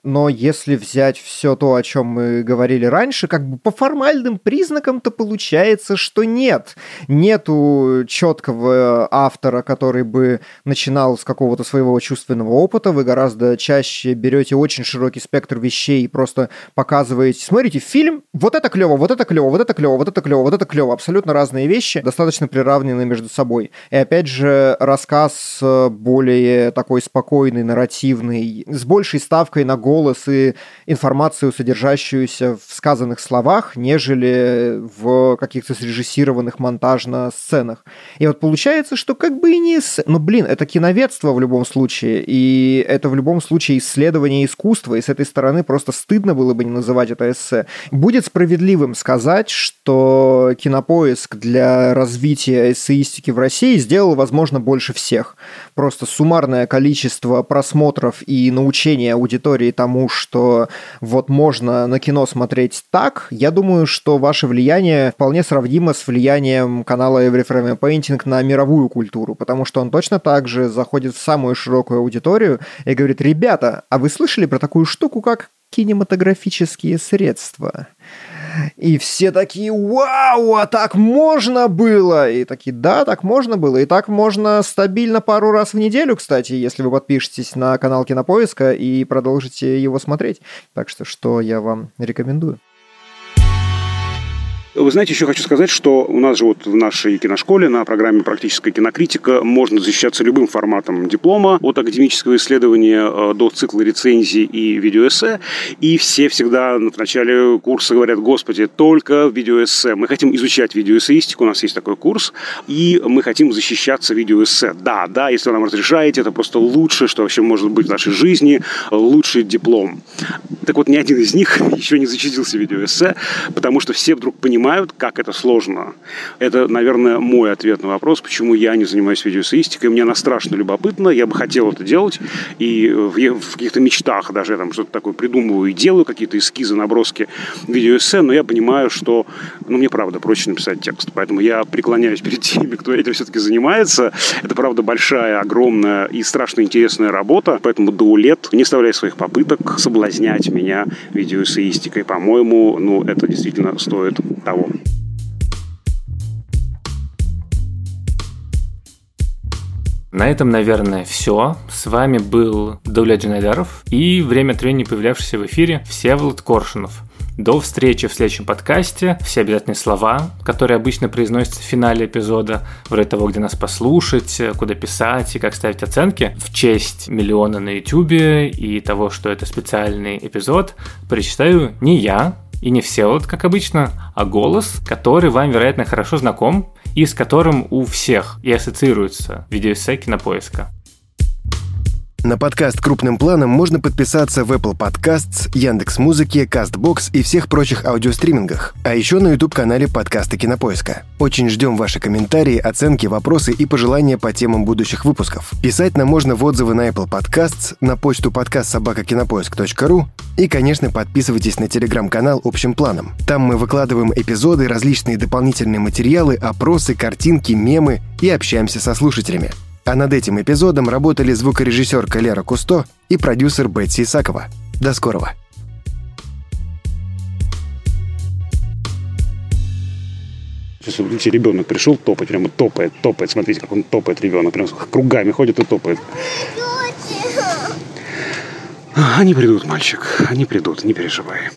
Но если взять все то, о чем мы говорили раньше, как бы по формальным признакам-то получается, что нет. Нету четкого автора, который бы начинал с какого-то своего чувственного опыта. Вы гораздо чаще берете очень широкий спектр вещей и просто показываете, смотрите, фильм, вот это клево, вот это клево, вот это клево, вот это клево, вот это клево. Абсолютно разные вещи, достаточно приравнены между собой. И опять же, рассказ более такой спокойный, нарративный, с большей ставкой на голос и информацию, содержащуюся в сказанных словах, нежели в каких-то срежиссированных монтажно-сценах. И вот получается, что как бы и не... Ну, блин, это киноведство в любом случае, и это в любом случае исследование искусства, и с этой стороны просто стыдно было бы не называть это эссе. Будет справедливым сказать, что Кинопоиск для развития эссеистики в России сделал, возможно, больше всех. Просто суммарное количество просмотров и научения аудитории тому, что вот можно на кино смотреть так, я думаю, что ваше влияние вполне сравнимо с влиянием канала Every Frame a Painting на мировую культуру, потому что он точно так же заходит в самую широкую аудиторию и говорит: ребята, а вы слышали про такую штуку, как кинематографические средства? И все такие: вау, а так можно было? И такие: да, так можно было. И так можно стабильно пару раз в неделю, кстати, если вы подпишетесь на канал Кинопоиска и продолжите его смотреть. Так что, что я вам рекомендую. Вы знаете, еще хочу сказать, что у нас же вот в нашей киношколе на программе «Практическая кинокритика» можно защищаться любым форматом диплома, от академического исследования до цикла рецензий и видеоэссе. И все всегда в начале курса говорят: господи, только видеоэссе. Мы хотим изучать видеоэссеистику, у нас есть такой курс, и мы хотим защищаться видеоэссе. Да, да, если вы нам разрешаете, это просто лучшее, что вообще может быть в нашей жизни, лучший диплом. Так вот, ни один из них еще не защитился видеоэссе, потому что все вдруг понимают, как это сложно. Это, наверное, мой ответ на вопрос, почему я не занимаюсь видеоэссеистикой. Мне она страшно любопытна, я бы хотел это делать, и в, в каких-то мечтах даже я там что-то такое придумываю и делаю, какие-то эскизы, наброски видеоэссе, но я понимаю, что, ну, мне, правда, проще написать текст. Поэтому я преклоняюсь перед теми, кто этим все-таки занимается. Это, правда, большая, огромная и страшно интересная работа, поэтому до лет не оставляй своих попыток соблазнять меня видеоэссеистикой. По-моему, ну, это действительно стоит того. На этом, наверное, все. С вами был Давля Джанайдаров и время от времени появлявшийся в эфире Всеволод Коршунов. До встречи в следующем подкасте. Все обязательные слова, которые обычно произносятся в финале эпизода, вроде того, где нас послушать, куда писать и как ставить оценки, в честь миллиона на Ютубе и того, что это специальный эпизод, прочитаю не я и не Всеволод, как обычно, а голос, который вам, вероятно, хорошо знаком и с которым у всех и ассоциируется видеоэссе Кинопоиска. На подкаст «Крупным планом» можно подписаться в Apple Podcasts, Яндекс.Музыке, Castbox и всех прочих аудиостримингах, а еще на YouTube-канале подкаста Кинопоиска. Очень ждем ваши комментарии, оценки, вопросы и пожелания по темам будущих выпусков. Писать нам можно в отзывы на Apple Podcasts, на почту подкаст собака кинопоиск точка ру и, конечно, подписывайтесь на телеграм-канал «Общим планом». Там мы выкладываем эпизоды, различные дополнительные материалы, опросы, картинки, мемы и общаемся со слушателями. А над этим эпизодом работали звукорежиссерка Лера Кусто и продюсер Бетси Исакова. До скорого. Сейчас, видите, ребенок пришел топать, прямо топает, топает. Смотрите, как он топает, ребенок. Прям кругами ходит и топает. Они придут, мальчик, они придут, не переживай.